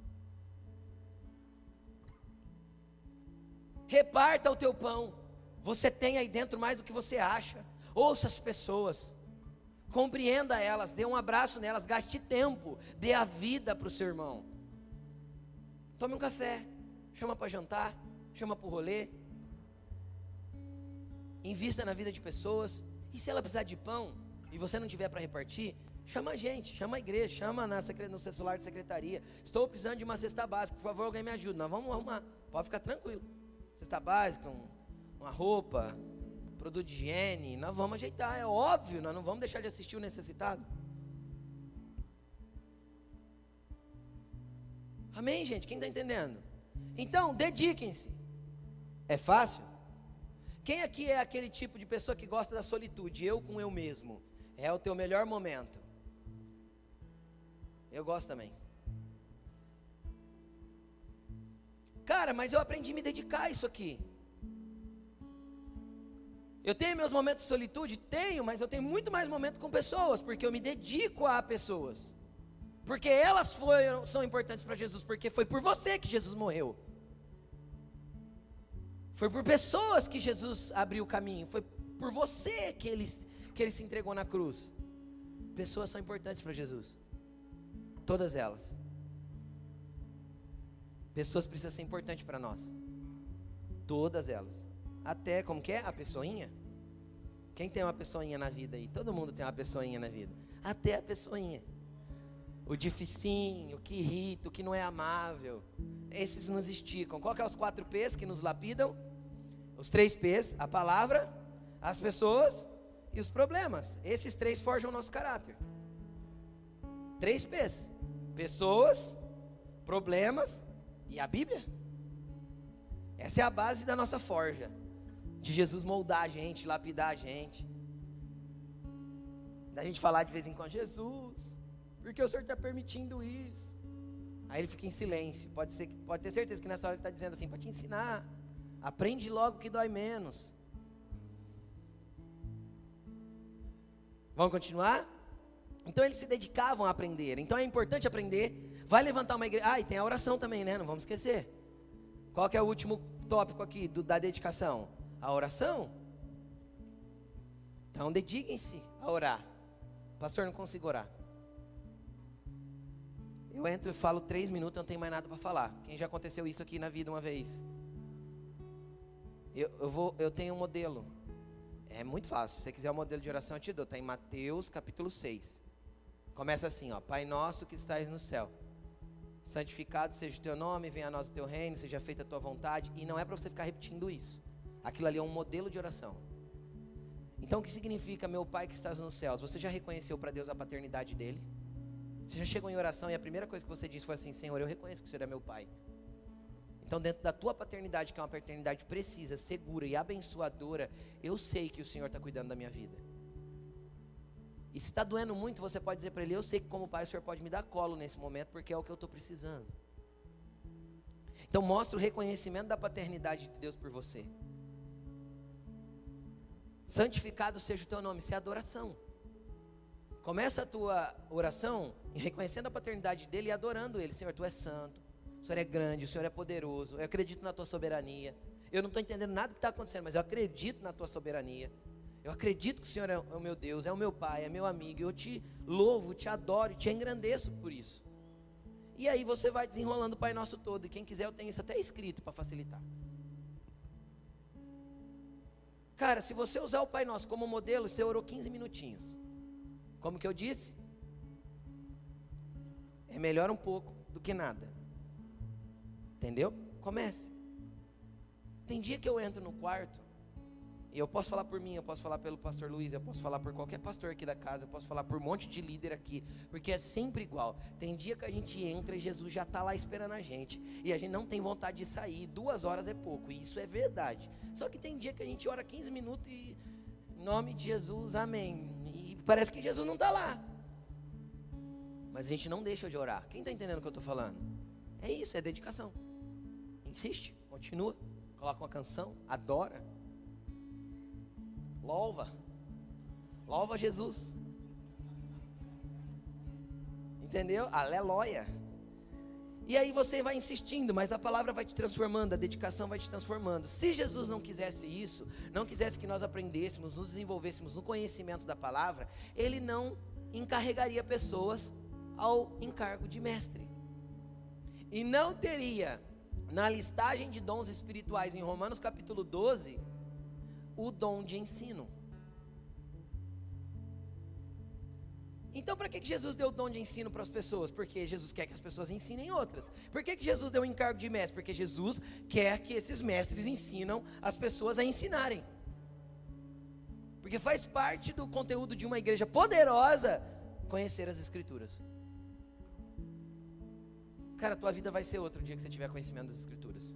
A: Reparta o teu pão, você tem aí dentro mais do que você acha. Ouça as pessoas, compreenda elas, dê um abraço nelas, gaste tempo, dê a vida para o seu irmão. Tome um café, chama para jantar, chama para o rolê, invista na vida de pessoas. E se ela precisar de pão e você não tiver para repartir, chama a gente, chama a igreja, chama na, no celular de secretaria. Estou precisando de uma cesta básica, por favor, alguém me ajuda. Nós vamos arrumar, pode ficar tranquilo. Cesta básica, um, uma roupa, produto de higiene, nós vamos ajeitar, é óbvio, nós não vamos deixar de assistir o necessitado. Amém, gente? Quem está entendendo? Então, dediquem-se. É fácil? Quem aqui é aquele tipo de pessoa que gosta da solitude? Eu com eu mesmo. É o teu melhor momento. Eu gosto também. Cara, mas eu aprendi a me dedicar a isso aqui. Eu tenho meus momentos de solitude? Tenho, mas eu tenho muito mais momentos com pessoas, porque eu me dedico a pessoas. Porque elas foram, são importantes para Jesus, porque foi por você que Jesus morreu. Foi por pessoas que Jesus abriu o caminho, foi por você que ele, que ele se entregou na cruz. Pessoas são importantes para Jesus. Todas elas. Pessoas precisam ser importantes para nós. Todas elas. Até, como que é? A pessoinha. Quem tem uma pessoinha na vida aí? Todo mundo tem uma pessoinha na vida. Até a pessoinha. O dificinho, o que irrita, o que não é amável. Esses nos esticam. Qual que é os quatro P's que nos lapidam? Os três P's, a palavra, as pessoas e os problemas. Esses três forjam o nosso caráter. Três P's. Pessoas, problemas e a Bíblia. Essa é a base da nossa forja. De Jesus moldar a gente, lapidar a gente. Da gente falar de vez em quando, Jesus, por que o Senhor está permitindo isso? Aí ele fica em silêncio. Pode ser, pode ter certeza que nessa hora ele está dizendo assim, para te ensinar. Aprende logo que dói menos. Vamos continuar? Então eles se dedicavam a aprender. Então é importante aprender. Vai levantar uma igreja. Ah, e tem a oração também, né? Não vamos esquecer. Qual que é o último tópico aqui do, da dedicação? A oração. Então dediquem-se a orar. Pastor, não consigo orar. Eu entro e falo três minutos, eu não tenho mais nada para falar. Quem já aconteceu isso aqui na vida uma vez? Eu, eu, vou, eu tenho um modelo. É muito fácil. Se você quiser um modelo de oração, eu te dou. Está em Mateus capítulo seis. Começa assim, ó. Pai nosso que estás no céu, santificado seja o teu nome, venha a nós o teu reino, seja feita a tua vontade. E não é para você ficar repetindo isso. Aquilo ali é um modelo de oração. Então o que significa meu Pai que estás nos céus? Você já reconheceu para Deus a paternidade dele? Você já chegou em oração e a primeira coisa que você disse foi assim, Senhor, eu reconheço que o Senhor é meu Pai. Então dentro da tua paternidade, que é uma paternidade precisa, segura e abençoadora, eu sei que o Senhor está cuidando da minha vida. E se está doendo muito, você pode dizer para Ele, eu sei que como Pai o Senhor pode me dar colo nesse momento, porque é o que eu estou precisando. Então mostra o reconhecimento da paternidade de Deus por você. Santificado seja o teu nome, isso é adoração. Começa a tua oração reconhecendo a paternidade dele e adorando ele. Senhor, tu és santo, o Senhor é grande, o Senhor é poderoso, eu acredito na tua soberania. Eu não estou entendendo nada que está acontecendo, mas eu acredito na tua soberania. Eu acredito que o Senhor é o meu Deus, é o meu Pai, é meu amigo. Eu te louvo, te adoro e te engrandeço por isso. E aí você vai desenrolando o Pai Nosso todo. E quem quiser eu tenho isso até escrito para facilitar. Cara, se você usar o Pai Nosso como modelo, você orou quinze minutinhos. Como que eu disse? É melhor um pouco do que nada. Entendeu? Comece. Tem dia que eu entro no quarto, e eu posso falar por mim, eu posso falar pelo pastor Luiz, eu posso falar por qualquer pastor aqui da casa, eu posso falar por um monte de líder aqui, porque é sempre igual. Tem dia que a gente entra e Jesus já está lá esperando a gente, e a gente não tem vontade de sair, duas horas é pouco, e isso é verdade. Só que tem dia que a gente ora quinze minutos e, em nome de Jesus, amém. E parece que Jesus não está lá. Mas a gente não deixa de orar. Quem está entendendo o que eu estou falando? É isso, é dedicação. Insiste, continua, coloca uma canção, adora. Louva, louva Jesus, entendeu? Aleluia. E aí você vai insistindo, mas a palavra vai te transformando, a dedicação vai te transformando. Se Jesus não quisesse isso, não quisesse que nós aprendêssemos, nos desenvolvêssemos no conhecimento da palavra, Ele não encarregaria pessoas ao encargo de mestre. E não teria na listagem de dons espirituais em Romanos capítulo doze, o dom de ensino. Então para que Jesus deu o dom de ensino para as pessoas? Porque Jesus quer que as pessoas ensinem outras. Por que Jesus deu o encargo de mestre? Porque Jesus quer que esses mestres ensinam as pessoas a ensinarem. Porque faz parte do conteúdo de uma igreja poderosa conhecer as escrituras. Cara, tua vida vai ser outra o dia que você tiver conhecimento das escrituras.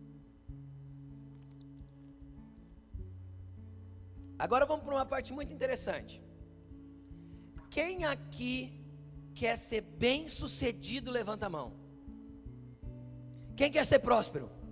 A: Agora vamos para uma parte muito interessante. Quem aqui quer ser bem sucedido, levanta a mão. Quem quer ser próspero?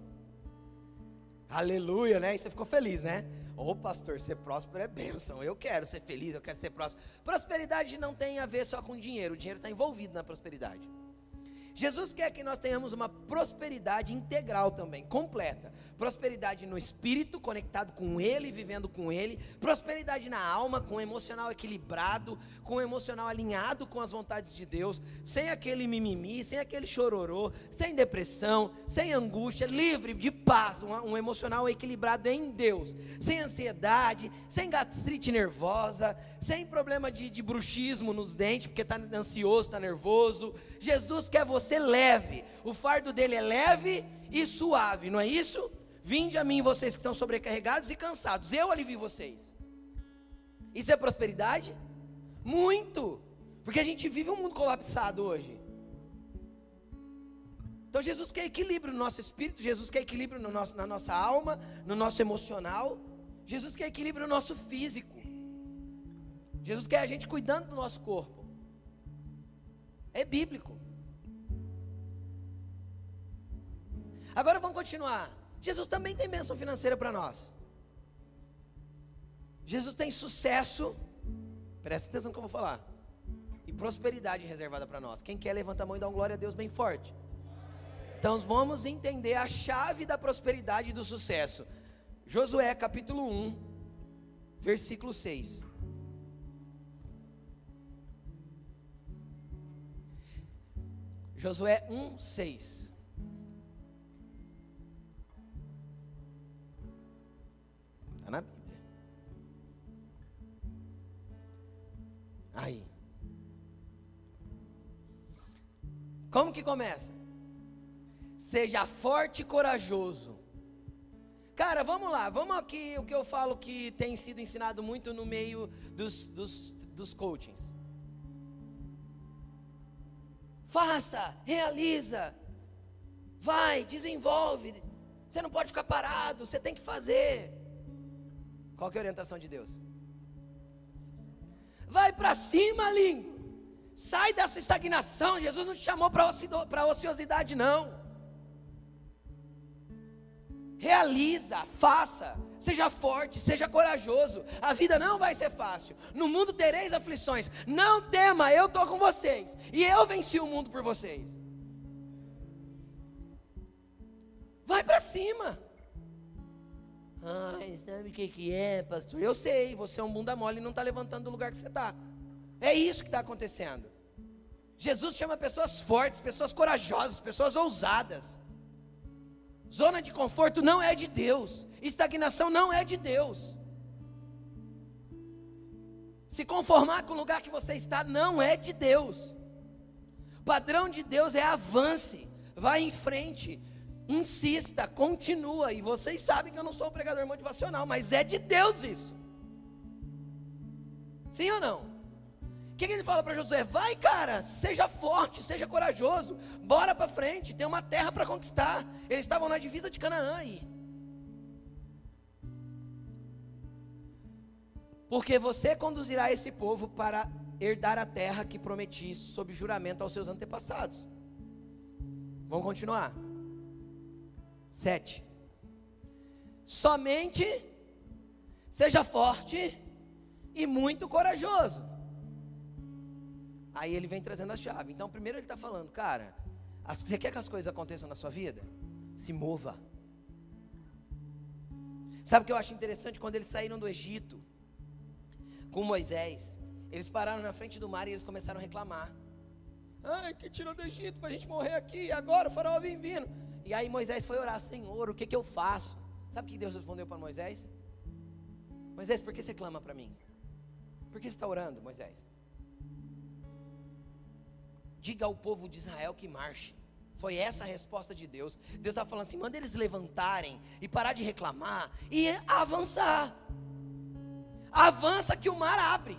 A: Aleluia, né? E você ficou feliz, né? Ô pastor, ser próspero é bênção. Eu quero ser feliz, eu quero ser próspero. Prosperidade não tem a ver só com dinheiro. O dinheiro está envolvido na prosperidade. Jesus quer que nós tenhamos uma prosperidade integral também, completa. Prosperidade no espírito, conectado com Ele, vivendo com Ele. Prosperidade na alma, com o emocional equilibrado, com o emocional alinhado com as vontades de Deus, sem aquele mimimi, sem aquele chororô, sem depressão, sem angústia, livre de paz, um, um emocional equilibrado em Deus, sem ansiedade, sem gastrite nervosa, sem problema de, de bruxismo nos dentes, porque está ansioso, está nervoso. Jesus quer você leve, o fardo dele é leve e suave, não é isso? Vinde a mim vocês que estão sobrecarregados e cansados, eu alivio vocês. Isso é prosperidade? Muito, porque a gente vive um mundo colapsado hoje. Então Jesus quer equilíbrio no nosso espírito, Jesus quer equilíbrio no nosso, na nossa alma, no nosso emocional, Jesus quer equilíbrio no nosso físico, Jesus quer a gente cuidando do nosso corpo. É bíblico. Agora vamos continuar. Jesus também tem bênção financeira para nós. Jesus tem sucesso, presta atenção no que eu vou falar, e prosperidade reservada para nós. Quem quer, levanta a mão e dá um glória a Deus bem forte. Então vamos entender a chave da prosperidade e do sucesso. Josué capítulo um, versículo seis. Josué um, seis. Está na Bíblia. Aí. Como que começa? Seja forte e corajoso. Cara, vamos lá, vamos aqui, o que eu falo que tem sido ensinado muito no meio dos, dos, dos coachings. Faça, realiza, vai, desenvolve, você não pode ficar parado, você tem que fazer. Qual que é a orientação de Deus? Vai para cima, lindo, sai dessa estagnação. Jesus não te chamou para ociosidade não. Realiza, faça, seja forte, seja corajoso. A vida não vai ser fácil. No mundo tereis aflições. Não tema, eu estou com vocês. E eu venci o mundo por vocês. Vai para cima. Ai, sabe o que, que é, pastor? Eu sei, você é um bunda mole e não está levantando do lugar que você está. É isso que está acontecendo. Jesus chama pessoas fortes, pessoas corajosas, pessoas ousadas. Zona de conforto não é de Deus. Estagnação não é de Deus. Se conformar com o lugar que você está não é de Deus. O padrão de Deus é avance, vá em frente, insista, continua. E vocês sabem que eu não sou um pregador motivacional, mas é de Deus isso. Sim ou não? O que, que ele fala para Josué? Vai, cara, seja forte, seja corajoso, bora para frente, tem uma terra para conquistar. Eles estavam na divisa de Canaã aí. Porque você conduzirá esse povo para herdar a terra que prometi sob juramento aos seus antepassados. Vamos continuar. Sete. Somente seja forte e muito corajoso. Aí ele vem trazendo a chave. Então primeiro ele está falando, cara, você quer que as coisas aconteçam na sua vida? Se mova. Sabe o que eu acho interessante? Quando eles saíram do Egito com Moisés, eles pararam na frente do mar e eles começaram a reclamar. Ai, que tirou do Egito para a gente morrer aqui, agora o faraó vem vindo. E aí Moisés foi orar, Senhor, o que, que eu faço? Sabe o que Deus respondeu para Moisés? Moisés, por que você clama para mim? Por que você está orando, Moisés? Diga ao povo de Israel que marche. Foi essa a resposta de Deus. Deus estava falando assim, manda eles levantarem e parar de reclamar e avançar. Avança que o mar abre.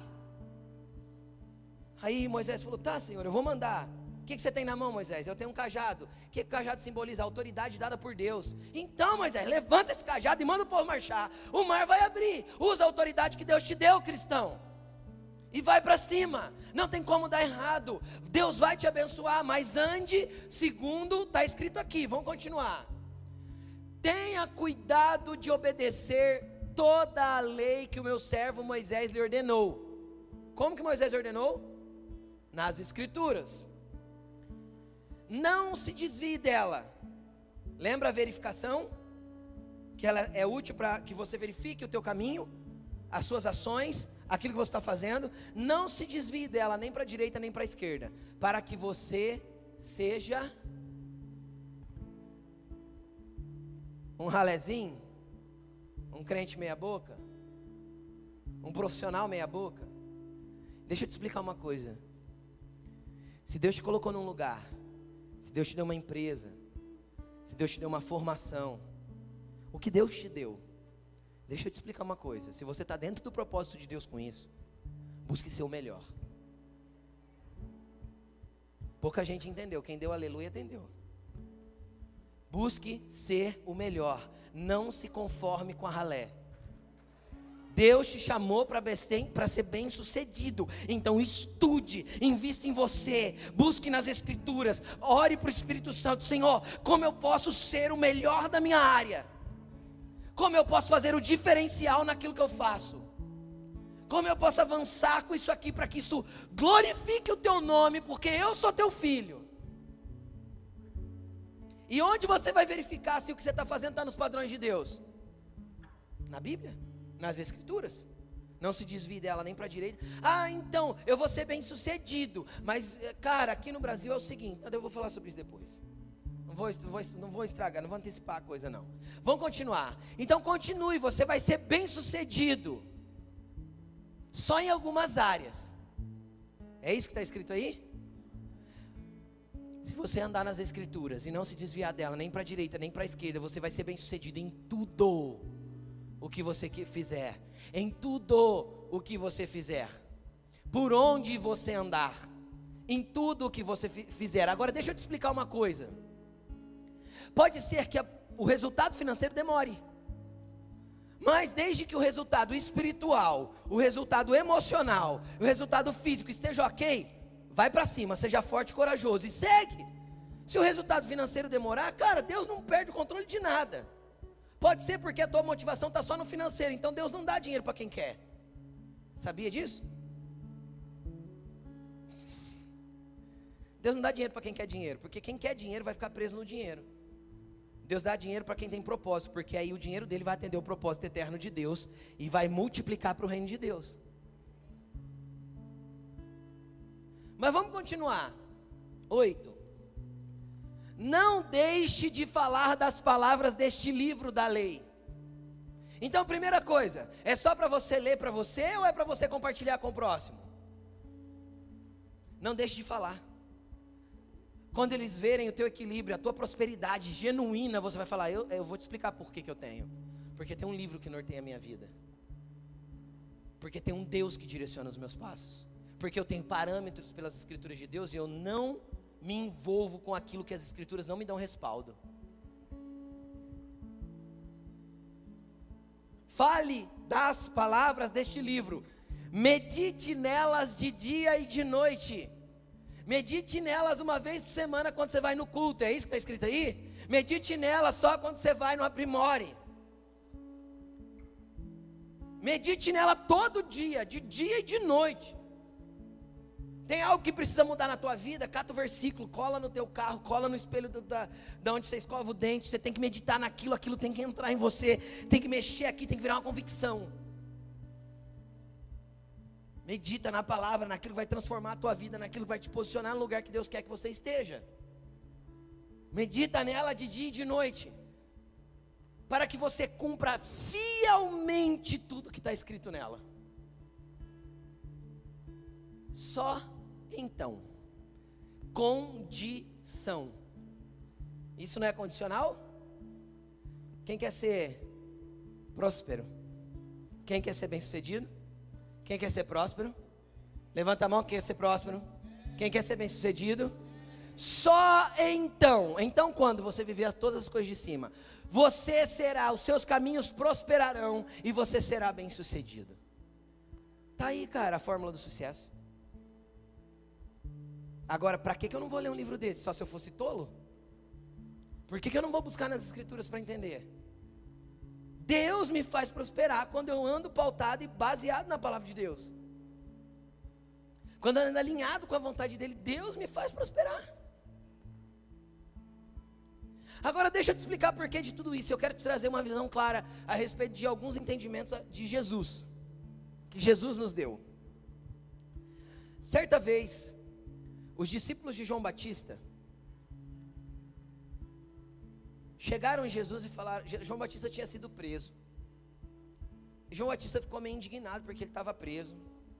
A: Aí Moisés falou, tá, Senhor, eu vou mandar. O que, que você tem na mão, Moisés? Eu tenho um cajado. O que, que o cajado simboliza? A autoridade dada por Deus. Então, Moisés, levanta esse cajado e manda o povo marchar. O mar vai abrir. Usa a autoridade que Deus te deu, cristão. E vai para cima, não tem como dar errado. Deus vai te abençoar, mas ande segundo está escrito aqui. Vamos continuar. tenha cuidado de obedecer toda a lei que o meu servo Moisés lhe ordenou. Como que Moisés ordenou? Nas Escrituras. Não se desvie dela. Lembra a verificação? Que ela é útil para que você verifique o teu caminho, as suas ações, aquilo que você está fazendo. Não se desvie dela, nem para a direita, nem para a esquerda, para que você seja um ralézinho, um crente meia boca, um profissional meia boca. Deixa eu te explicar uma coisa. Se Deus te colocou num lugar, se Deus te deu uma empresa, se Deus te deu uma formação, o que Deus te deu, deixa eu te explicar uma coisa. Se você está dentro do propósito de Deus com isso, busque ser o melhor. Pouca gente entendeu. Quem deu aleluia entendeu. Busque ser o melhor. Não se conforme com a ralé. Deus te chamou para ser bem sucedido. Então estude, invista em você, busque nas Escrituras, ore para o Espírito Santo. Senhor, como eu posso ser o melhor da minha área? Como eu posso fazer o diferencial naquilo que eu faço? Como eu posso avançar com isso aqui para que isso glorifique o teu nome, porque eu sou teu filho? E onde você vai verificar se o que você está fazendo está nos padrões de Deus? Na Bíblia, nas Escrituras. Não se desvie dela nem para a direita. Ah, então, eu vou ser bem sucedido. Mas, cara, aqui no Brasil é o seguinte, eu vou falar sobre isso depois. Não vou, vou, não vou estragar, não vou antecipar a coisa não. Vamos continuar. Então continue, você vai ser bem sucedido. Só em algumas áreas. É isso que está escrito aí? Se você andar nas Escrituras e não se desviar dela, nem para a direita, nem para a esquerda, você vai ser bem sucedido em tudo o que você fizer. Em tudo o que você fizer. Por onde você andar. Em tudo o que você fizer. Agora deixa eu te explicar uma coisa. Pode ser que a, o resultado financeiro demore. Mas desde que o resultado espiritual, o resultado emocional, o resultado físico esteja ok, vai para cima, seja forte e corajoso e segue. Se o resultado financeiro demorar, cara, Deus não perde o controle de nada. Pode ser porque a tua motivação está só no financeiro, então Deus não dá dinheiro para quem quer. Sabia disso? Deus não dá dinheiro para quem quer dinheiro, porque quem quer dinheiro vai ficar preso no dinheiro. Deus dá dinheiro para quem tem propósito, porque aí o dinheiro dele vai atender o propósito eterno de Deus e vai multiplicar para o reino de Deus. Mas vamos continuar. Oito. Não deixe de falar das palavras deste livro da lei. Então, primeira coisa, é só para você ler para você ou é para você compartilhar com o próximo? Não deixe de falar. Quando eles verem o teu equilíbrio, a tua prosperidade genuína, você vai falar, eu, eu vou te explicar por que que eu tenho. Porque tem um livro que norteia a minha vida. Porque tem um Deus que direciona os meus passos. Porque eu tenho parâmetros pelas Escrituras de Deus e eu não me envolvo com aquilo que as Escrituras não me dão respaldo. Fale das palavras deste livro. Medite nelas de dia e de noite. Medite nelas uma vez por semana quando você vai no culto. É isso que está escrito aí? Medite nelas só quando você vai no Aprimore. Medite nela todo dia, de dia e de noite. Tem algo que precisa mudar na tua vida? Cata o versículo, cola no teu carro, cola no espelho do, da, da onde você escova o dente. Você tem que meditar naquilo, aquilo tem que entrar em você. Tem que mexer aqui, tem que virar uma convicção. Medita na palavra, naquilo que vai transformar a tua vida, naquilo que vai te posicionar no lugar que Deus quer que você esteja. Medita nela de dia e de noite, para que você cumpra fielmente tudo que está escrito nela. Só então, condição. Isso não é condicional? Quem quer ser próspero? Quem quer ser bem sucedido? Quem quer ser próspero? Levanta a mão, quem quer ser próspero? Quem quer ser bem sucedido? Só então, então quando você viver todas as coisas de cima, você será, os seus caminhos prosperarão e você será bem sucedido. Tá aí, cara, a fórmula do sucesso. Agora, para que que eu não vou ler um livro desse? Só se eu fosse tolo? Por que que eu não vou buscar nas escrituras para entender? Deus me faz prosperar quando eu ando pautado e baseado na palavra de Deus. Quando eu ando alinhado com a vontade dEle, Deus me faz prosperar. Agora deixa eu te explicar por que de tudo isso. Eu quero te trazer uma visão clara a respeito de alguns entendimentos de Jesus, que Jesus nos deu. Certa vez, os discípulos de João Batista chegaram em Jesus e falaram. João Batista tinha sido preso. João Batista ficou meio indignado porque ele estava preso.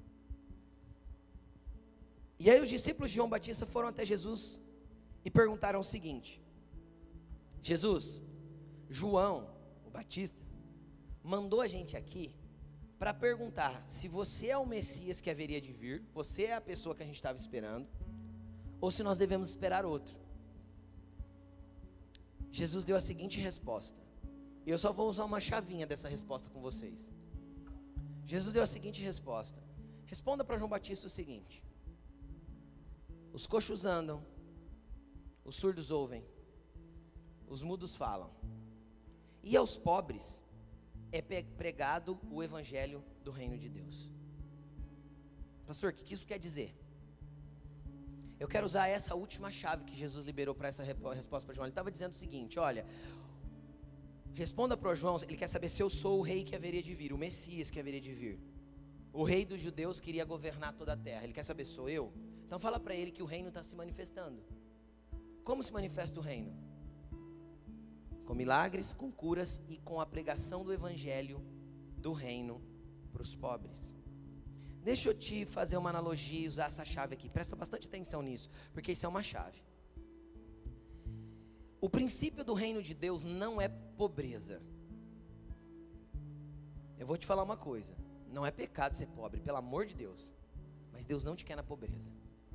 A: E aí os discípulos de João Batista foram até Jesus e perguntaram o seguinte: Jesus, João, o Batista, mandou a gente aqui para perguntar se você é o Messias que haveria de vir, você é a pessoa que a gente estava esperando, ou se nós devemos esperar outro. Jesus deu a seguinte resposta, e eu só vou usar uma chavinha dessa resposta com vocês. Jesus deu a seguinte resposta: responda para João Batista o seguinte: os coxos andam, os surdos ouvem, os mudos falam, e aos pobres é pregado o evangelho do reino de Deus. Pastor, o que isso quer dizer? Eu quero usar essa última chave que Jesus liberou para essa resposta para João. Ele estava dizendo o seguinte: olha, responda para o João, ele quer saber se eu sou o rei que haveria de vir, o Messias que haveria de vir. O rei dos judeus queria governar toda a terra, ele quer saber, sou eu? Então fala para ele que o reino está se manifestando. Como se manifesta o reino? Com milagres, com curas e com a pregação do evangelho do reino para os pobres. Deixa eu te fazer uma analogia e usar essa chave aqui. Presta bastante atenção nisso, porque isso é uma chave. O princípio do reino de Deus não é pobreza. Eu vou te falar uma coisa: não é pecado ser pobre, pelo amor de Deus. Mas Deus não te quer na pobreza.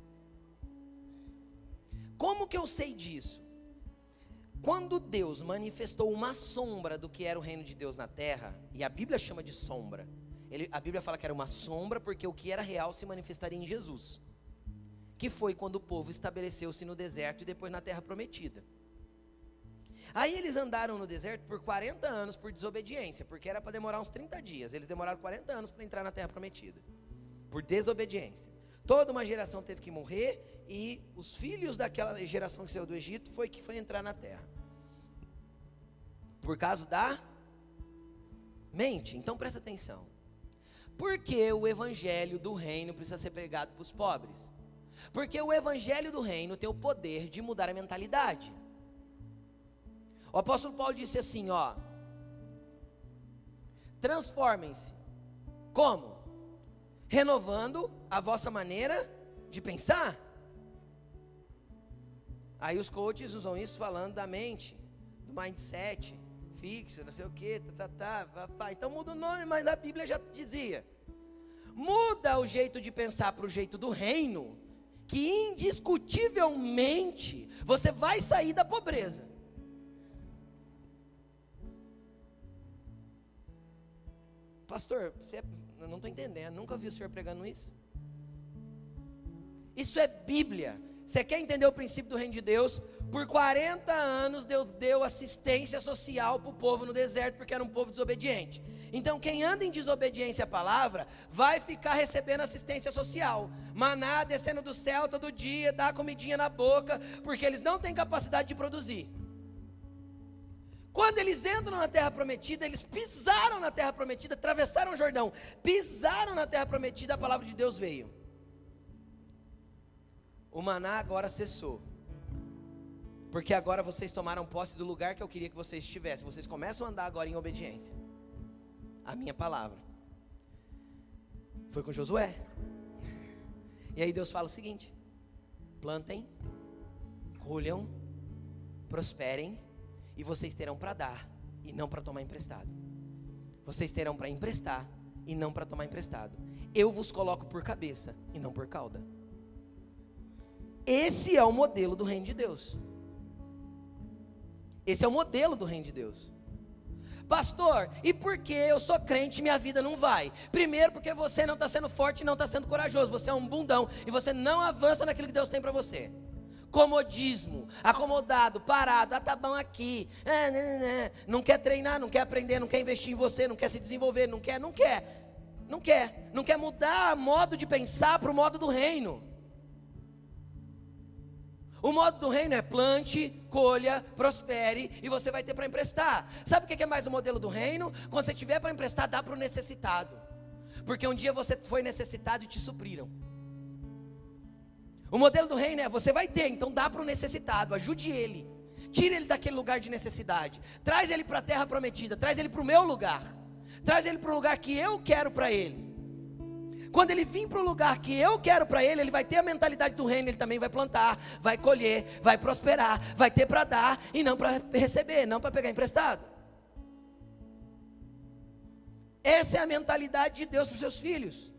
A: Como que eu sei disso? Quando Deus manifestou uma sombra do que era o reino de Deus na terra, e a Bíblia chama de sombra, ele, a Bíblia fala que era uma sombra porque o que era real se manifestaria em Jesus, que foi quando o povo estabeleceu-se no deserto e depois na terra prometida. Aí eles andaram no deserto por quarenta anos por desobediência, porque era para demorar uns trinta dias, eles demoraram quarenta anos para entrar na terra prometida, por desobediência. Toda uma geração teve que morrer, e os filhos daquela geração que saiu do Egito foi que foi entrar na terra, por causa da mente. Então presta atenção, porque o evangelho do reino precisa ser pregado para os pobres? Porque o evangelho do reino tem o poder de mudar a mentalidade. O apóstolo Paulo disse assim, ó: transformem-se. Como? Renovando a vossa maneira de pensar. Aí os coaches usam isso falando da mente, do mindset fixo, não sei o que, tá, tá, tá, tá. Então muda o nome, mas a Bíblia já dizia: muda o jeito de pensar para o jeito do reino, que indiscutivelmente você vai sair da pobreza. Pastor, você é, eu não estou entendendo, nunca vi o senhor pregando isso. Isso é Bíblia. Você quer entender o princípio do reino de Deus? Por quarenta anos Deus deu assistência social para o povo no deserto, porque era um povo desobediente. Então quem anda em desobediência à palavra vai ficar recebendo assistência social, maná descendo do céu todo dia, dá comidinha na boca, porque eles não têm capacidade de produzir. Quando eles entram na terra prometida, eles pisaram na terra prometida, atravessaram o Jordão, pisaram na terra prometida, a palavra de Deus veio. O maná agora cessou, porque agora vocês tomaram posse do lugar que eu queria que vocês estivessem. Vocês começam a andar agora em obediência à minha palavra. Foi com Josué. E aí Deus fala o seguinte: plantem, colham, prosperem, e vocês terão para dar e não para tomar emprestado. Vocês terão para emprestar e não para tomar emprestado. Eu vos coloco por cabeça e não por cauda. Esse é o modelo do reino de Deus. Esse é o modelo do reino de Deus. Pastor, e por que eu sou crente e minha vida não vai? Primeiro, porque você não está sendo forte e não está sendo corajoso. Você é um bundão e você não avança naquilo que Deus tem para você. comodismo, acomodado, parado, ah, tá bom aqui, ah, não, não, não quer treinar, não quer aprender, não quer investir em você, não quer se desenvolver, não quer, não quer, não quer, não quer mudar o modo de pensar para o modo do reino. O modo do reino é plante, colha, prospere e você vai ter para emprestar. Sabe o que é mais o modelo do reino? Quando você tiver para emprestar, dá para o necessitado, porque um dia você foi necessitado e te supriram. O modelo do reino é, você vai ter, então dá para o necessitado, ajude ele, tire ele daquele lugar de necessidade, traz ele para a terra prometida, traz ele para o meu lugar, traz ele para o lugar que eu quero para ele. Quando ele vir para o lugar que eu quero para ele, ele vai ter a mentalidade do reino, ele também vai plantar, vai colher, vai prosperar, vai ter para dar e não para receber, não para pegar emprestado. Essa é a mentalidade de Deus para os seus filhos.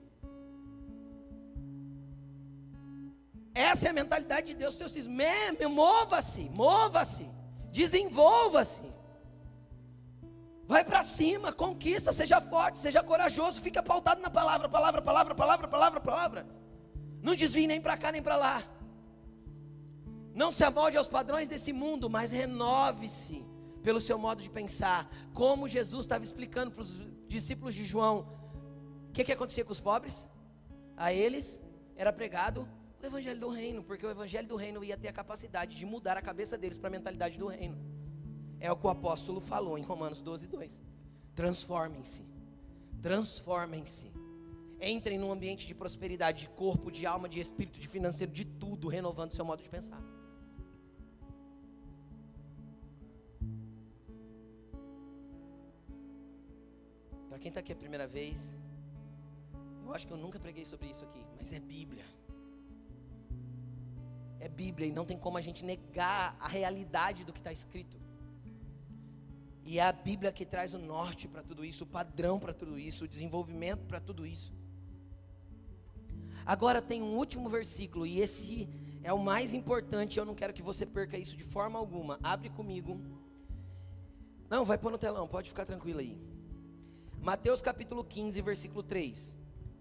A: Essa é a mentalidade de Deus para os seus filhos. Mova-se, mova-se, desenvolva-se. Vai para cima, conquista, seja forte, seja corajoso, fica pautado na palavra, palavra, palavra, palavra, palavra, palavra. Não desvie nem para cá nem para lá. Não se amolde aos padrões desse mundo, mas renove-se pelo seu modo de pensar. Como Jesus estava explicando para os discípulos de João, o que, que acontecia com os pobres? A eles era pregado o evangelho do reino, porque o evangelho do reino ia ter a capacidade de mudar a cabeça deles para a mentalidade do reino. É o que o apóstolo falou em Romanos doze, dois. Transformem-se, transformem-se, entrem num ambiente de prosperidade, de corpo, de alma, de espírito, de financeiro, de tudo, renovando seu modo de pensar. Para quem está aqui a primeira vez, eu acho que eu nunca preguei sobre isso aqui, mas é Bíblia. É Bíblia e não tem como a gente negar a realidade do que está escrito. E é a Bíblia que traz o norte para tudo isso, o padrão para tudo isso, o desenvolvimento para tudo isso. Agora tem um último versículo, e esse é o mais importante, eu não quero que você perca isso de forma alguma. Abre comigo. Não, vai pôr no telão, pode ficar tranquilo aí. Mateus capítulo quinze, versículo três.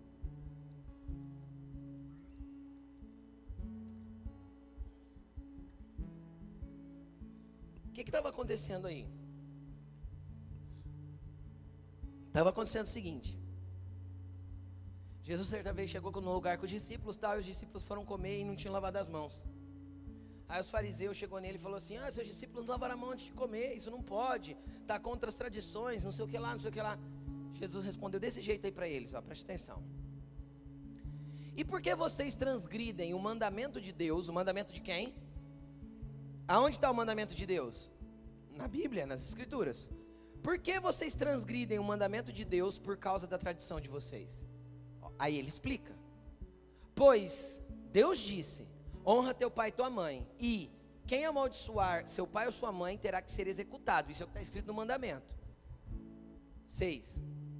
A: O que estava acontecendo aí? Estava acontecendo o seguinte: Jesus certa vez chegou no lugar com os discípulos, tal, e os discípulos foram comer e não tinham lavado as mãos. Aí os fariseus chegou nele e falou assim: ah, seus discípulos não lavaram a mão antes de comer, isso não pode, está contra as tradições, não sei o que lá, não sei o que lá. Jesus respondeu desse jeito aí para eles, ó, preste atenção. E por que vocês transgridem o mandamento de Deus? O mandamento de quem? Aonde está o mandamento de Deus? Na Bíblia, nas Escrituras. Por que vocês transgridem o mandamento de Deus por causa da tradição de vocês? Aí ele explica. Pois Deus disse: honra teu pai e tua mãe, e quem amaldiçoar seu pai ou sua mãe terá que ser executado. Isso é o que está escrito no mandamento. seis.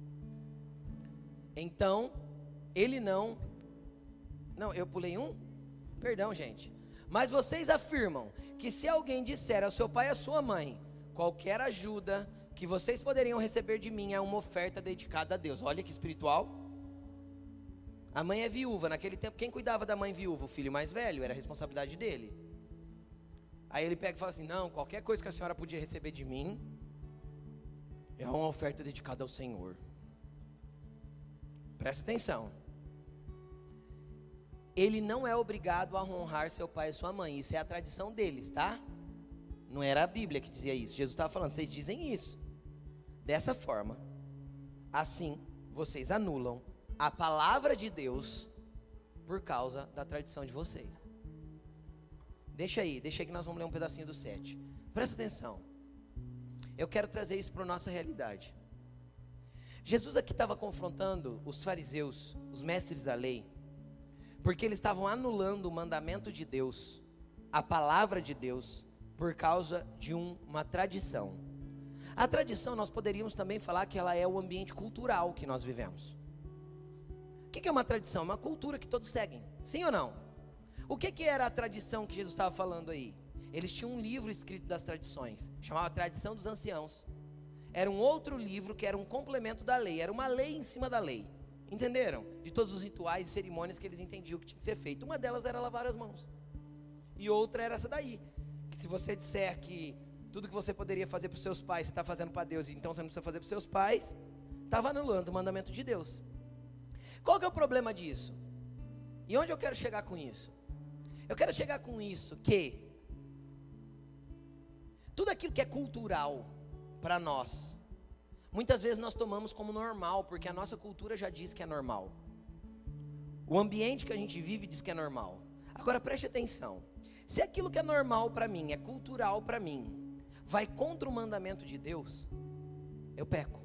A: Então, ele não... Não, eu pulei um? Perdão, gente. Mas vocês afirmam que se alguém disser ao seu pai e à sua mãe, qualquer ajuda que vocês poderiam receber de mim é uma oferta dedicada a Deus. Olha que espiritual. A mãe é viúva. Naquele tempo, quem cuidava da mãe viúva? O filho mais velho, era a responsabilidade dele. Aí ele pega e fala assim: não, qualquer coisa que a senhora podia receber de mim é uma oferta dedicada ao Senhor. Presta atenção. Ele não é obrigado a honrar seu pai e sua mãe. Isso é a tradição deles, tá? Não era a Bíblia que dizia isso. Jesus estava falando, vocês dizem isso. Dessa forma, assim, vocês anulam a palavra de Deus por causa da tradição de vocês. Deixa aí, deixa aí que nós vamos ler um pedacinho do sete. Presta atenção. Eu quero trazer isso para a nossa realidade. Jesus aqui estava confrontando os fariseus, os mestres da lei, porque eles estavam anulando o mandamento de Deus, a palavra de Deus, por causa de um, uma tradição. A tradição, nós poderíamos também falar que ela é o ambiente cultural que nós vivemos. O que é uma tradição? Uma cultura que todos seguem, sim ou não? O que, que era a tradição que Jesus estava falando aí? Eles tinham um livro escrito das tradições, chamava Tradição dos Anciãos. Era um outro livro que era um complemento da lei, era uma lei em cima da lei. Entenderam? De todos os rituais e cerimônias que eles entendiam que tinha que ser feito. Uma delas era lavar as mãos. E outra era essa daí, que se você disser que tudo que você poderia fazer para os seus pais, você está fazendo para Deus, então você não precisa fazer para os seus pais, estava anulando o mandamento de Deus. Qual que é o problema disso? E onde eu quero chegar com isso? Eu quero chegar com isso que tudo aquilo que é cultural para nós, muitas vezes nós tomamos como normal, porque a nossa cultura já diz que é normal. O ambiente que a gente vive diz que é normal. Agora preste atenção, se aquilo que é normal para mim, é cultural para mim, vai contra o mandamento de Deus, eu peco.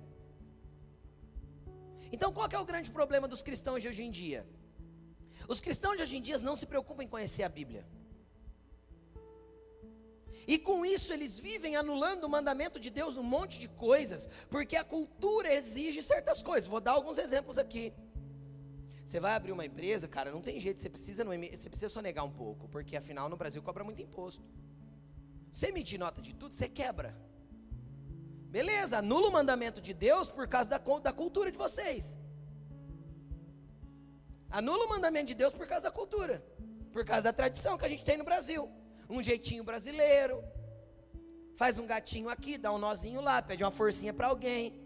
A: Então qual que é o grande problema dos cristãos de hoje em dia? Os cristãos de hoje em dia não se preocupam em conhecer a Bíblia. E com isso eles vivem anulando o mandamento de Deus num monte de coisas, porque a cultura exige certas coisas. Vou dar alguns exemplos aqui. Você vai abrir uma empresa, cara, não tem jeito, você precisa, no, você precisa sonegar um pouco, porque afinal no Brasil cobra muito imposto. Você emitir nota de tudo, você quebra. Beleza, anula o mandamento de Deus por causa da, da cultura de vocês. Anula o mandamento de Deus por causa da cultura, por causa da tradição que a gente tem no Brasil. Um jeitinho brasileiro, faz um gatinho aqui, dá um nozinho lá, pede uma forcinha para alguém,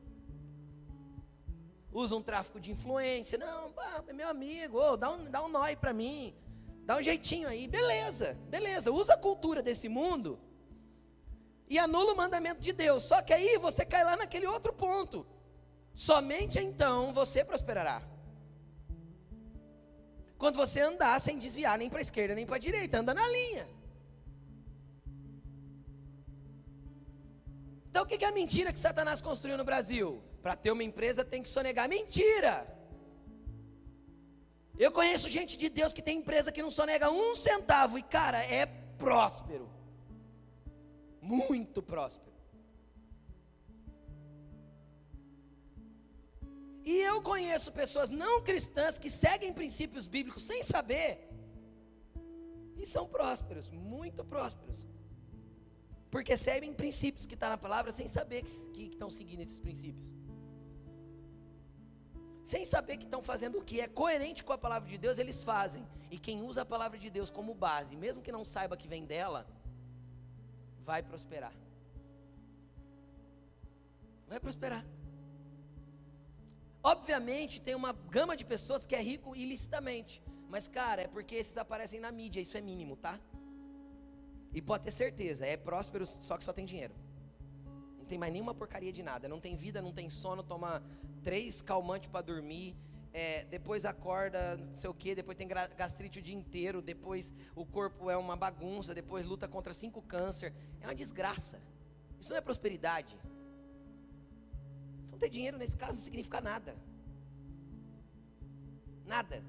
A: usa um tráfico de influência, não, é meu amigo, oh, dá, um, dá um nó aí para mim, dá um jeitinho aí, beleza, beleza, usa a cultura desse mundo e anula o mandamento de Deus, só que aí você cai lá naquele outro ponto, somente então você prosperará. Quando você andar sem desviar nem para a esquerda nem para a direita, anda na linha. Então o que é a mentira que Satanás construiu no Brasil? Para ter uma empresa tem que sonegar. Mentira! Eu conheço gente de Deus que tem empresa que não sonega um centavo e cara, é próspero. Muito próspero. E eu conheço pessoas não cristãs que seguem princípios bíblicos sem saber, e são prósperos, muito prósperos, porque seguem princípios que estão na palavra sem saber que, que estão seguindo esses princípios, sem saber que estão fazendo o que é coerente com a palavra de Deus, eles fazem. E quem usa a palavra de Deus como base, mesmo que não saiba que vem dela, vai prosperar. Vai prosperar. Obviamente tem uma gama de pessoas que é rico ilicitamente, mas cara, é porque esses aparecem na mídia, isso é mínimo, tá? E pode ter certeza, é próspero só que só tem dinheiro. Não tem mais nenhuma porcaria de nada, não tem vida, não tem sono, toma três calmantes para dormir, é, depois acorda, não sei o que, depois tem gastrite o dia inteiro, depois o corpo é uma bagunça, depois luta contra cinco câncer, é uma desgraça. Isso não é prosperidade. Não ter dinheiro nesse caso não significa nada. Nada.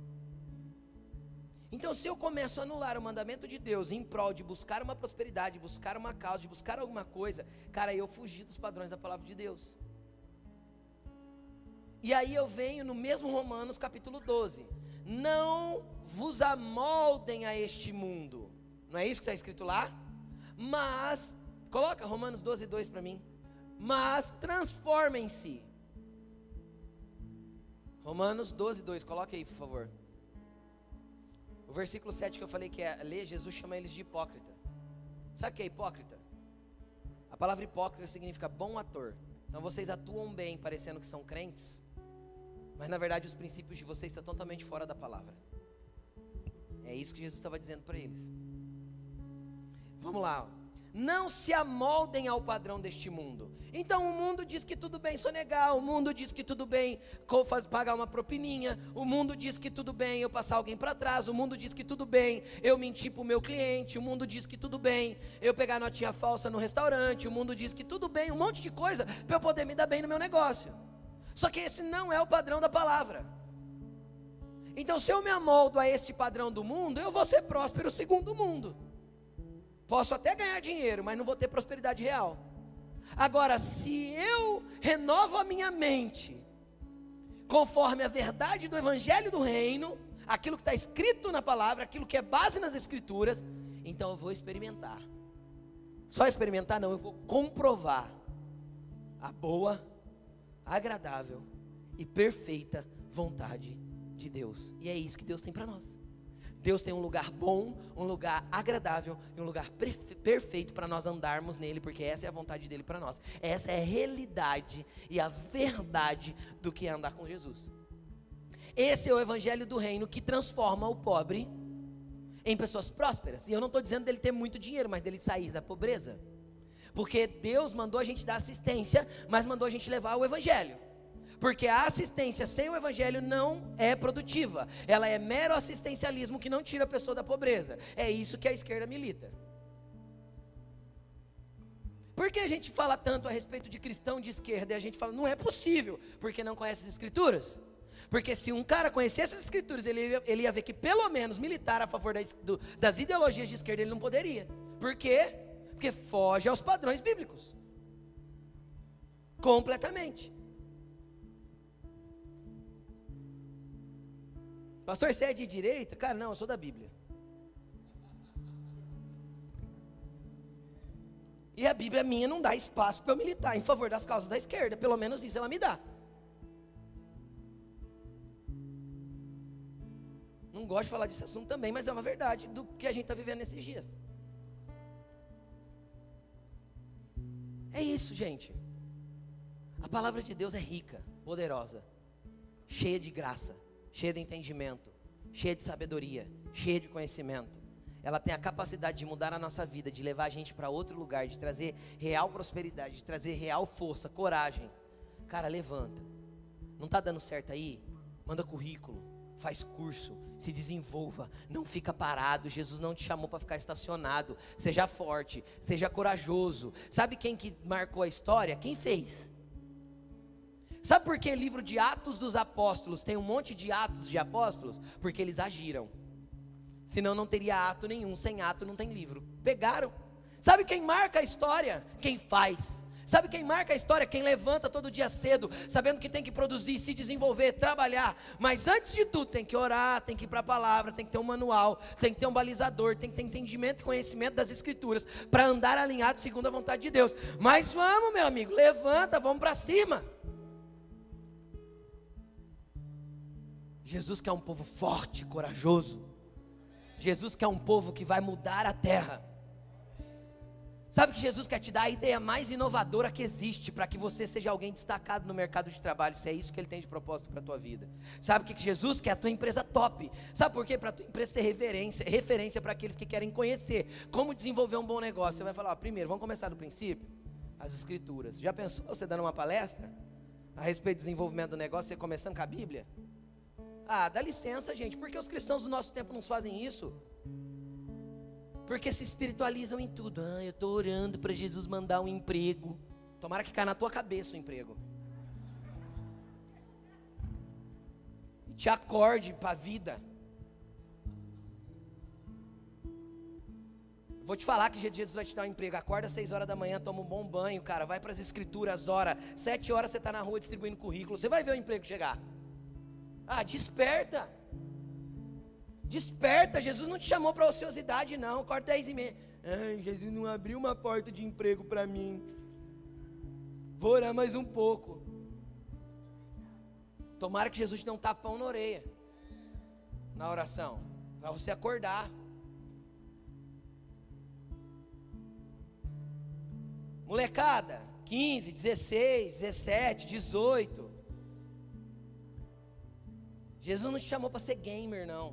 A: Então se eu começo a anular o mandamento de Deus em prol de buscar uma prosperidade, de buscar uma causa, de buscar alguma coisa, cara, eu fugi dos padrões da palavra de Deus. E aí eu venho no mesmo Romanos capítulo doze, não vos amoldem a este mundo, não é isso que está escrito lá? Mas, coloca Romanos doze, dois para mim, mas transformem-se. Romanos doze, dois, coloca aí por favor. O versículo sete que eu falei que é ler, Jesus chama eles de hipócrita. Sabe o que é hipócrita? A palavra hipócrita significa bom ator. Então vocês atuam bem parecendo que são crentes, mas na verdade os princípios de vocês estão totalmente fora da palavra. É isso que Jesus estava dizendo para eles. Vamos lá. Não se amoldem ao padrão deste mundo. Então o mundo diz que tudo bem sonegar, o mundo diz que tudo bem pagar uma propininha, o mundo diz que tudo bem eu passar alguém para trás, o mundo diz que tudo bem eu mentir para o meu cliente, o mundo diz que tudo bem eu pegar notinha falsa no restaurante, o mundo diz que tudo bem, um monte de coisa para eu poder me dar bem no meu negócio. Só que esse não é o padrão da palavra. Então se eu me amoldo a esse padrão do mundo, eu vou ser próspero segundo o mundo. Posso até ganhar dinheiro, mas não vou ter prosperidade real. Agora, se eu renovo a minha mente, conforme a verdade do evangelho do reino, aquilo que está escrito na palavra, aquilo que é base nas escrituras, então eu vou experimentar. Só experimentar não, eu vou comprovar a boa, agradável e perfeita vontade de Deus. E é isso que Deus tem para nós. Deus tem um lugar bom, um lugar agradável e um lugar perfeito para nós andarmos nele, porque essa é a vontade dele para nós. Essa é a realidade e a verdade do que é andar com Jesus. Esse é o evangelho do reino que transforma o pobre em pessoas prósperas. E eu não estou dizendo dele ter muito dinheiro, mas dele sair da pobreza. Porque Deus mandou a gente dar assistência, mas mandou a gente levar o evangelho. Porque a assistência sem o evangelho não é produtiva. Ela é mero assistencialismo que não tira a pessoa da pobreza. É isso que a esquerda milita. Por que a gente fala tanto a respeito de cristão de esquerda? E a gente fala, não é possível, porque não conhece as escrituras. Porque se um cara conhecesse as escrituras, ele ia, ele ia ver que pelo menos militar a favor das, do, das ideologias de esquerda ele não poderia. Por quê? Porque foge aos padrões bíblicos. Completamente. Pastor, você é de direita? Cara, não, eu sou da Bíblia. E a Bíblia minha não dá espaço para eu militar em favor das causas da esquerda. Pelo menos isso ela me dá. Não gosto de falar desse assunto também, mas é uma verdade do que a gente está vivendo nesses dias. É isso, gente. A palavra de Deus é rica, poderosa, cheia de graça, cheia de entendimento, cheia de sabedoria, cheia de conhecimento. Ela tem a capacidade de mudar a nossa vida, de levar a gente para outro lugar, de trazer real prosperidade, de trazer real força, coragem. Cara, levanta. Não está dando certo aí? Manda currículo, faz curso, se desenvolva, não fica parado. Jesus não te chamou para ficar estacionado. Seja forte, seja corajoso. Sabe quem que marcou a história? Quem fez? Sabe por que livro de Atos dos Apóstolos tem um monte de atos de apóstolos? Porque eles agiram. Senão não teria ato nenhum. Sem ato não tem livro. Pegaram. Sabe quem marca a história? Quem faz. Sabe quem marca a história? Quem levanta todo dia cedo, sabendo que tem que produzir, se desenvolver, trabalhar. Mas antes de tudo tem que orar, tem que ir para a palavra, tem que ter um manual, tem que ter um balizador, tem que ter entendimento e conhecimento das escrituras, para andar alinhado segundo a vontade de Deus. Mas vamos, meu amigo, levanta, vamos para cima. Jesus quer um povo forte, corajoso. Jesus quer um povo que vai mudar a terra. Sabe que Jesus quer te dar a ideia mais inovadora que existe, para que você seja alguém destacado no mercado de trabalho, se é isso que Ele tem de propósito para a tua vida. Sabe que Jesus quer a tua empresa top. Sabe por quê? Para a tua empresa ser referência, referência para aqueles que querem conhecer como desenvolver um bom negócio. Você vai falar, ó, primeiro, vamos começar do princípio? As escrituras. Já pensou você dando uma palestra a respeito do desenvolvimento do negócio, você começando com a Bíblia? Ah, dá licença, gente, porque os cristãos do nosso tempo não fazem isso? Porque se espiritualizam em tudo. Ah, eu estou orando para Jesus mandar um emprego. Tomara que caia na tua cabeça o emprego. E te acorde para a vida. Vou te falar que Jesus vai te dar um emprego. Acorda às seis horas da manhã, toma um bom banho, cara. Vai para as escrituras, ora. Sete horas você está na rua distribuindo currículo. Você vai ver o emprego chegar. Ah, desperta. Desperta, Jesus não te chamou para ociosidade não. Acorda dez e meia. Ai, Jesus não abriu uma porta de emprego para mim. Vou orar mais um pouco. Tomara que Jesus te dê um tapão na orelha, na oração, para você acordar. Molecada, quinze, dezesseis, dezessete, dezoito. Jesus não te chamou para ser gamer não.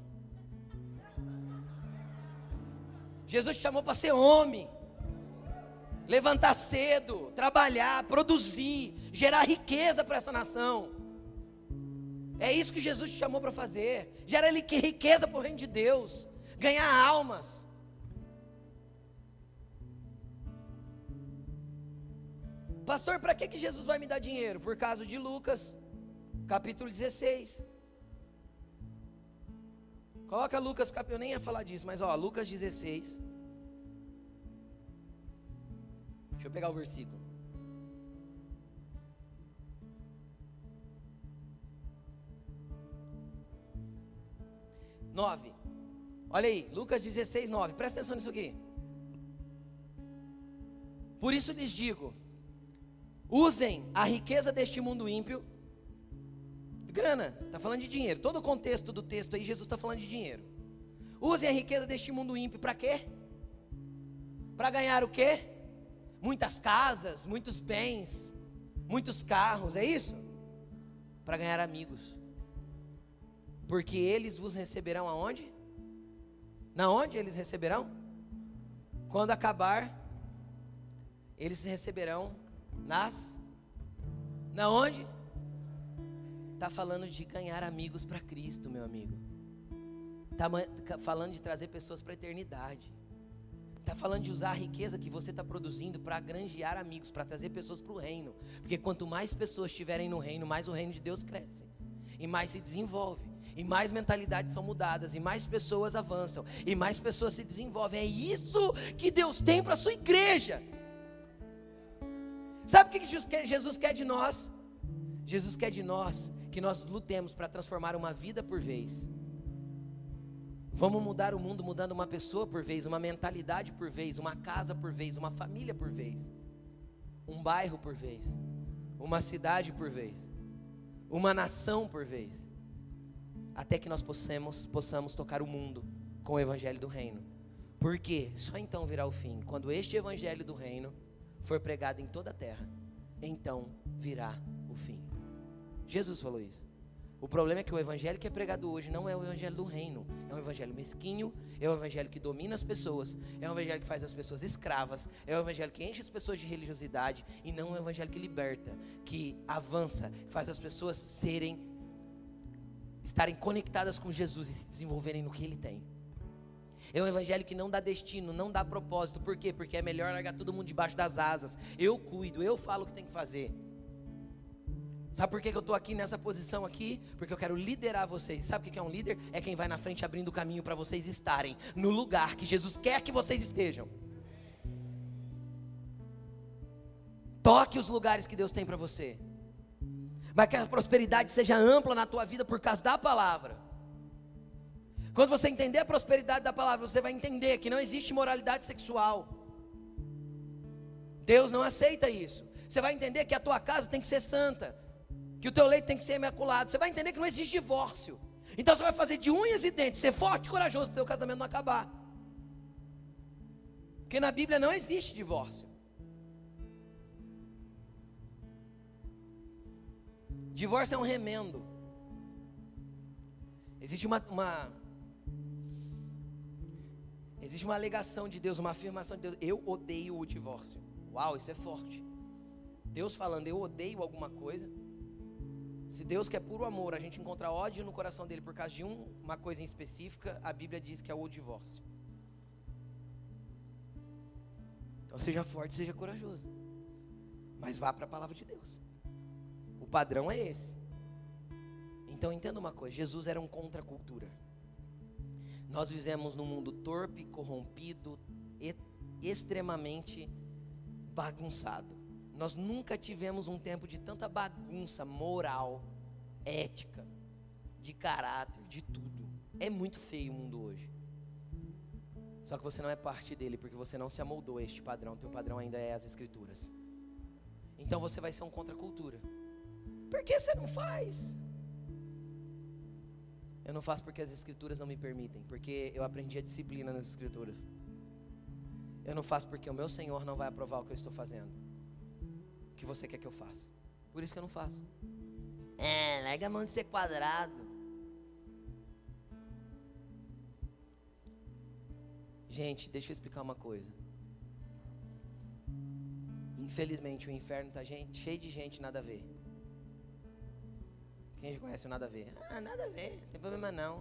A: Jesus te chamou para ser homem, levantar cedo, trabalhar, produzir, gerar riqueza para essa nação. É isso que Jesus te chamou para fazer. Gera riqueza para o reino de Deus, ganhar almas. Pastor, para que que Jesus vai me dar dinheiro? Por causa de Lucas, capítulo dezesseis. Coloca Lucas, eu nem ia falar disso, mas ó, Lucas dezesseis. Deixa eu pegar o versículo. nove. Olha aí, Lucas dezesseis, nove. Presta atenção nisso aqui. Por isso lhes digo, usem a riqueza deste mundo ímpio. Grana, está falando de dinheiro. Todo o contexto do texto aí, Jesus está falando de dinheiro. Usem a riqueza deste mundo ímpio para quê? Para ganhar o quê? Muitas casas, muitos bens, muitos carros, é isso? Para ganhar amigos. Porque eles vos receberão aonde? Na onde eles receberão? Quando acabar, eles receberão nas... Na onde? Está falando de ganhar amigos para Cristo, meu amigo. Está falando de trazer pessoas para a eternidade. Está falando de usar a riqueza que você está produzindo para granjear amigos, para trazer pessoas para o reino. Porque quanto mais pessoas estiverem no reino, mais o reino de Deus cresce. E mais se desenvolve. E mais mentalidades são mudadas. E mais pessoas avançam. E mais pessoas se desenvolvem. É isso que Deus tem para a sua igreja. Sabe o que Jesus quer, Jesus quer de nós? Jesus quer de nós que nós lutemos para transformar uma vida por vez. Vamos mudar o mundo mudando uma pessoa por vez, uma mentalidade por vez, uma casa por vez, uma família por vez, um bairro por vez, uma cidade por vez, uma nação por vez, até que nós possamos, possamos tocar o mundo com o evangelho do reino. Porque só então virá o fim, quando este evangelho do reino for pregado em toda a terra, então virá o fim. Jesus falou isso. O problema é que o evangelho que é pregado hoje não é o evangelho do reino. É um evangelho mesquinho, é um evangelho que domina as pessoas, é um evangelho que faz as pessoas escravas, é um evangelho que enche as pessoas de religiosidade, e não é um evangelho que liberta, que avança, que faz as pessoas serem, estarem conectadas com Jesus e se desenvolverem no que Ele tem. É um evangelho que não dá destino, não dá propósito. Por quê? Porque é melhor largar todo mundo debaixo das asas. Eu cuido, eu falo o que tem que fazer. Sabe por que eu estou aqui nessa posição aqui? Porque eu quero liderar vocês. Sabe o que é um líder? É quem vai na frente abrindo o caminho para vocês estarem no lugar que Jesus quer que vocês estejam. Toque os lugares que Deus tem para você. Mas que a prosperidade seja ampla na tua vida por causa da palavra. Quando você entender a prosperidade da palavra, você vai entender que não existe moralidade sexual. Deus não aceita isso. Você vai entender que a tua casa tem que ser santa, que o teu leito tem que ser imaculado. Você vai entender que não existe divórcio. Então você vai fazer de unhas e dentes, ser forte e corajoso para o teu casamento não acabar. Porque na Bíblia não existe divórcio. Divórcio é um remendo. Existe uma, uma existe uma alegação de Deus, uma afirmação de Deus: eu odeio o divórcio. Uau, isso é forte. Deus falando, eu odeio alguma coisa. Se Deus, que é puro amor, a gente encontra ódio no coração dele por causa de um, uma coisa em específica, a Bíblia diz que é o divórcio. Então seja forte, seja corajoso, mas vá para a palavra de Deus. O padrão é esse. Então entenda uma coisa: Jesus era um contra a cultura. Nós vivemos num mundo torpe, corrompido, e extremamente bagunçado. Nós nunca tivemos um tempo de tanta bagunça moral, ética, de caráter, de tudo. É muito feio o mundo hoje. Só que você não é parte dele, porque você não se amoldou a este padrão. Teu padrão ainda é as escrituras. Então você vai ser um contra a cultura. Por que você não faz? Eu não faço porque as escrituras não me permitem, porque eu aprendi a disciplina nas escrituras. Eu não faço porque o meu Senhor não vai aprovar o que eu estou fazendo, o que você quer que eu faça. Por isso que eu não faço. É, larga a mão de ser quadrado. Gente, deixa eu explicar uma coisa. Infelizmente o inferno está cheio de gente nada a ver. Quem já conhece o nada a ver? Ah, nada a ver, não tem problema não.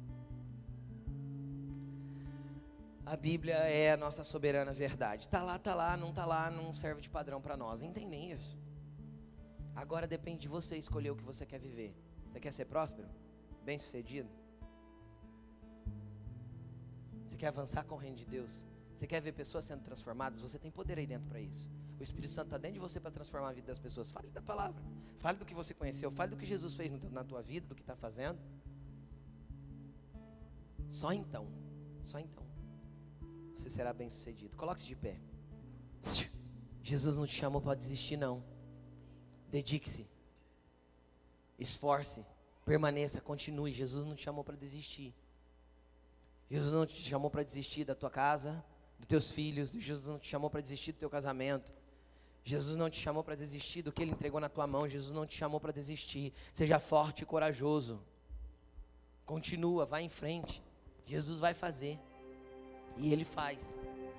A: A Bíblia é a nossa soberana verdade. Está lá, está lá, não está lá, não serve de padrão para nós. Entendem isso? Agora depende de você escolher o que você quer viver. Você quer ser próspero? Bem sucedido? Você quer avançar com o reino de Deus? Você quer ver pessoas sendo transformadas? Você tem poder aí dentro para isso. O Espírito Santo está dentro de você para transformar a vida das pessoas. Fale da palavra. Fale do que você conheceu. Fale do que Jesus fez na tua vida, do que está fazendo. Só então, só então, você será bem sucedido. Coloque-se de pé. Jesus não te chamou para desistir, não. Dedique-se. Esforce. Permaneça, continue. Jesus não te chamou para desistir. Jesus não te chamou para desistir da tua casa, dos teus filhos. Jesus não te chamou para desistir do teu casamento. Jesus não te chamou para desistir do que Ele entregou na tua mão. Jesus não te chamou para desistir. Seja forte e corajoso. Continua, vai em frente. Jesus vai fazer. E Ele faz.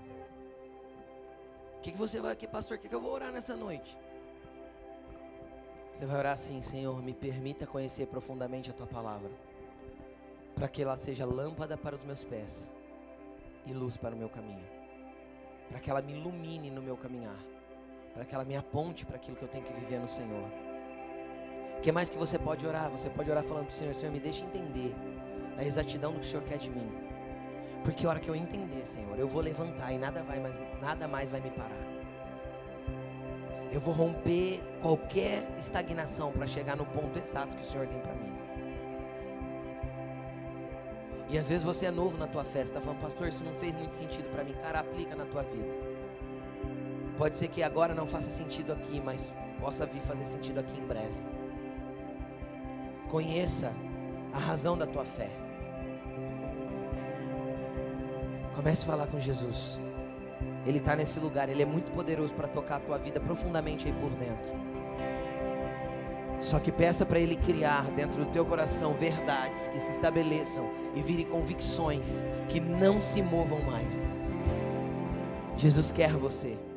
A: O que, que você vai aqui, pastor? O que, que eu vou orar nessa noite? Você vai orar assim: Senhor, me permita conhecer profundamente a Tua palavra, para que ela seja lâmpada para os meus pés e luz para o meu caminho, para que ela me ilumine no meu caminhar, para que ela me aponte para aquilo que eu tenho que viver no Senhor. O que mais que você pode orar? Você pode orar falando para o Senhor: Senhor, me deixa entender a exatidão do que o Senhor quer de mim, porque a hora que eu entender, Senhor, eu vou levantar e nada, vai mais, nada mais vai me parar. Eu vou romper qualquer estagnação para chegar no ponto exato que o Senhor tem para mim. E às vezes você é novo na tua fé, você está falando: pastor, isso não fez muito sentido para mim. Cara, aplica na tua vida. Pode ser que agora não faça sentido aqui, mas possa vir fazer sentido aqui em breve. Conheça a razão da tua fé. Comece a falar com Jesus. Ele está nesse lugar, Ele é muito poderoso para tocar a tua vida profundamente aí por dentro. Só que peça para Ele criar dentro do teu coração verdades que se estabeleçam e virem convicções que não se movam mais. Jesus quer você.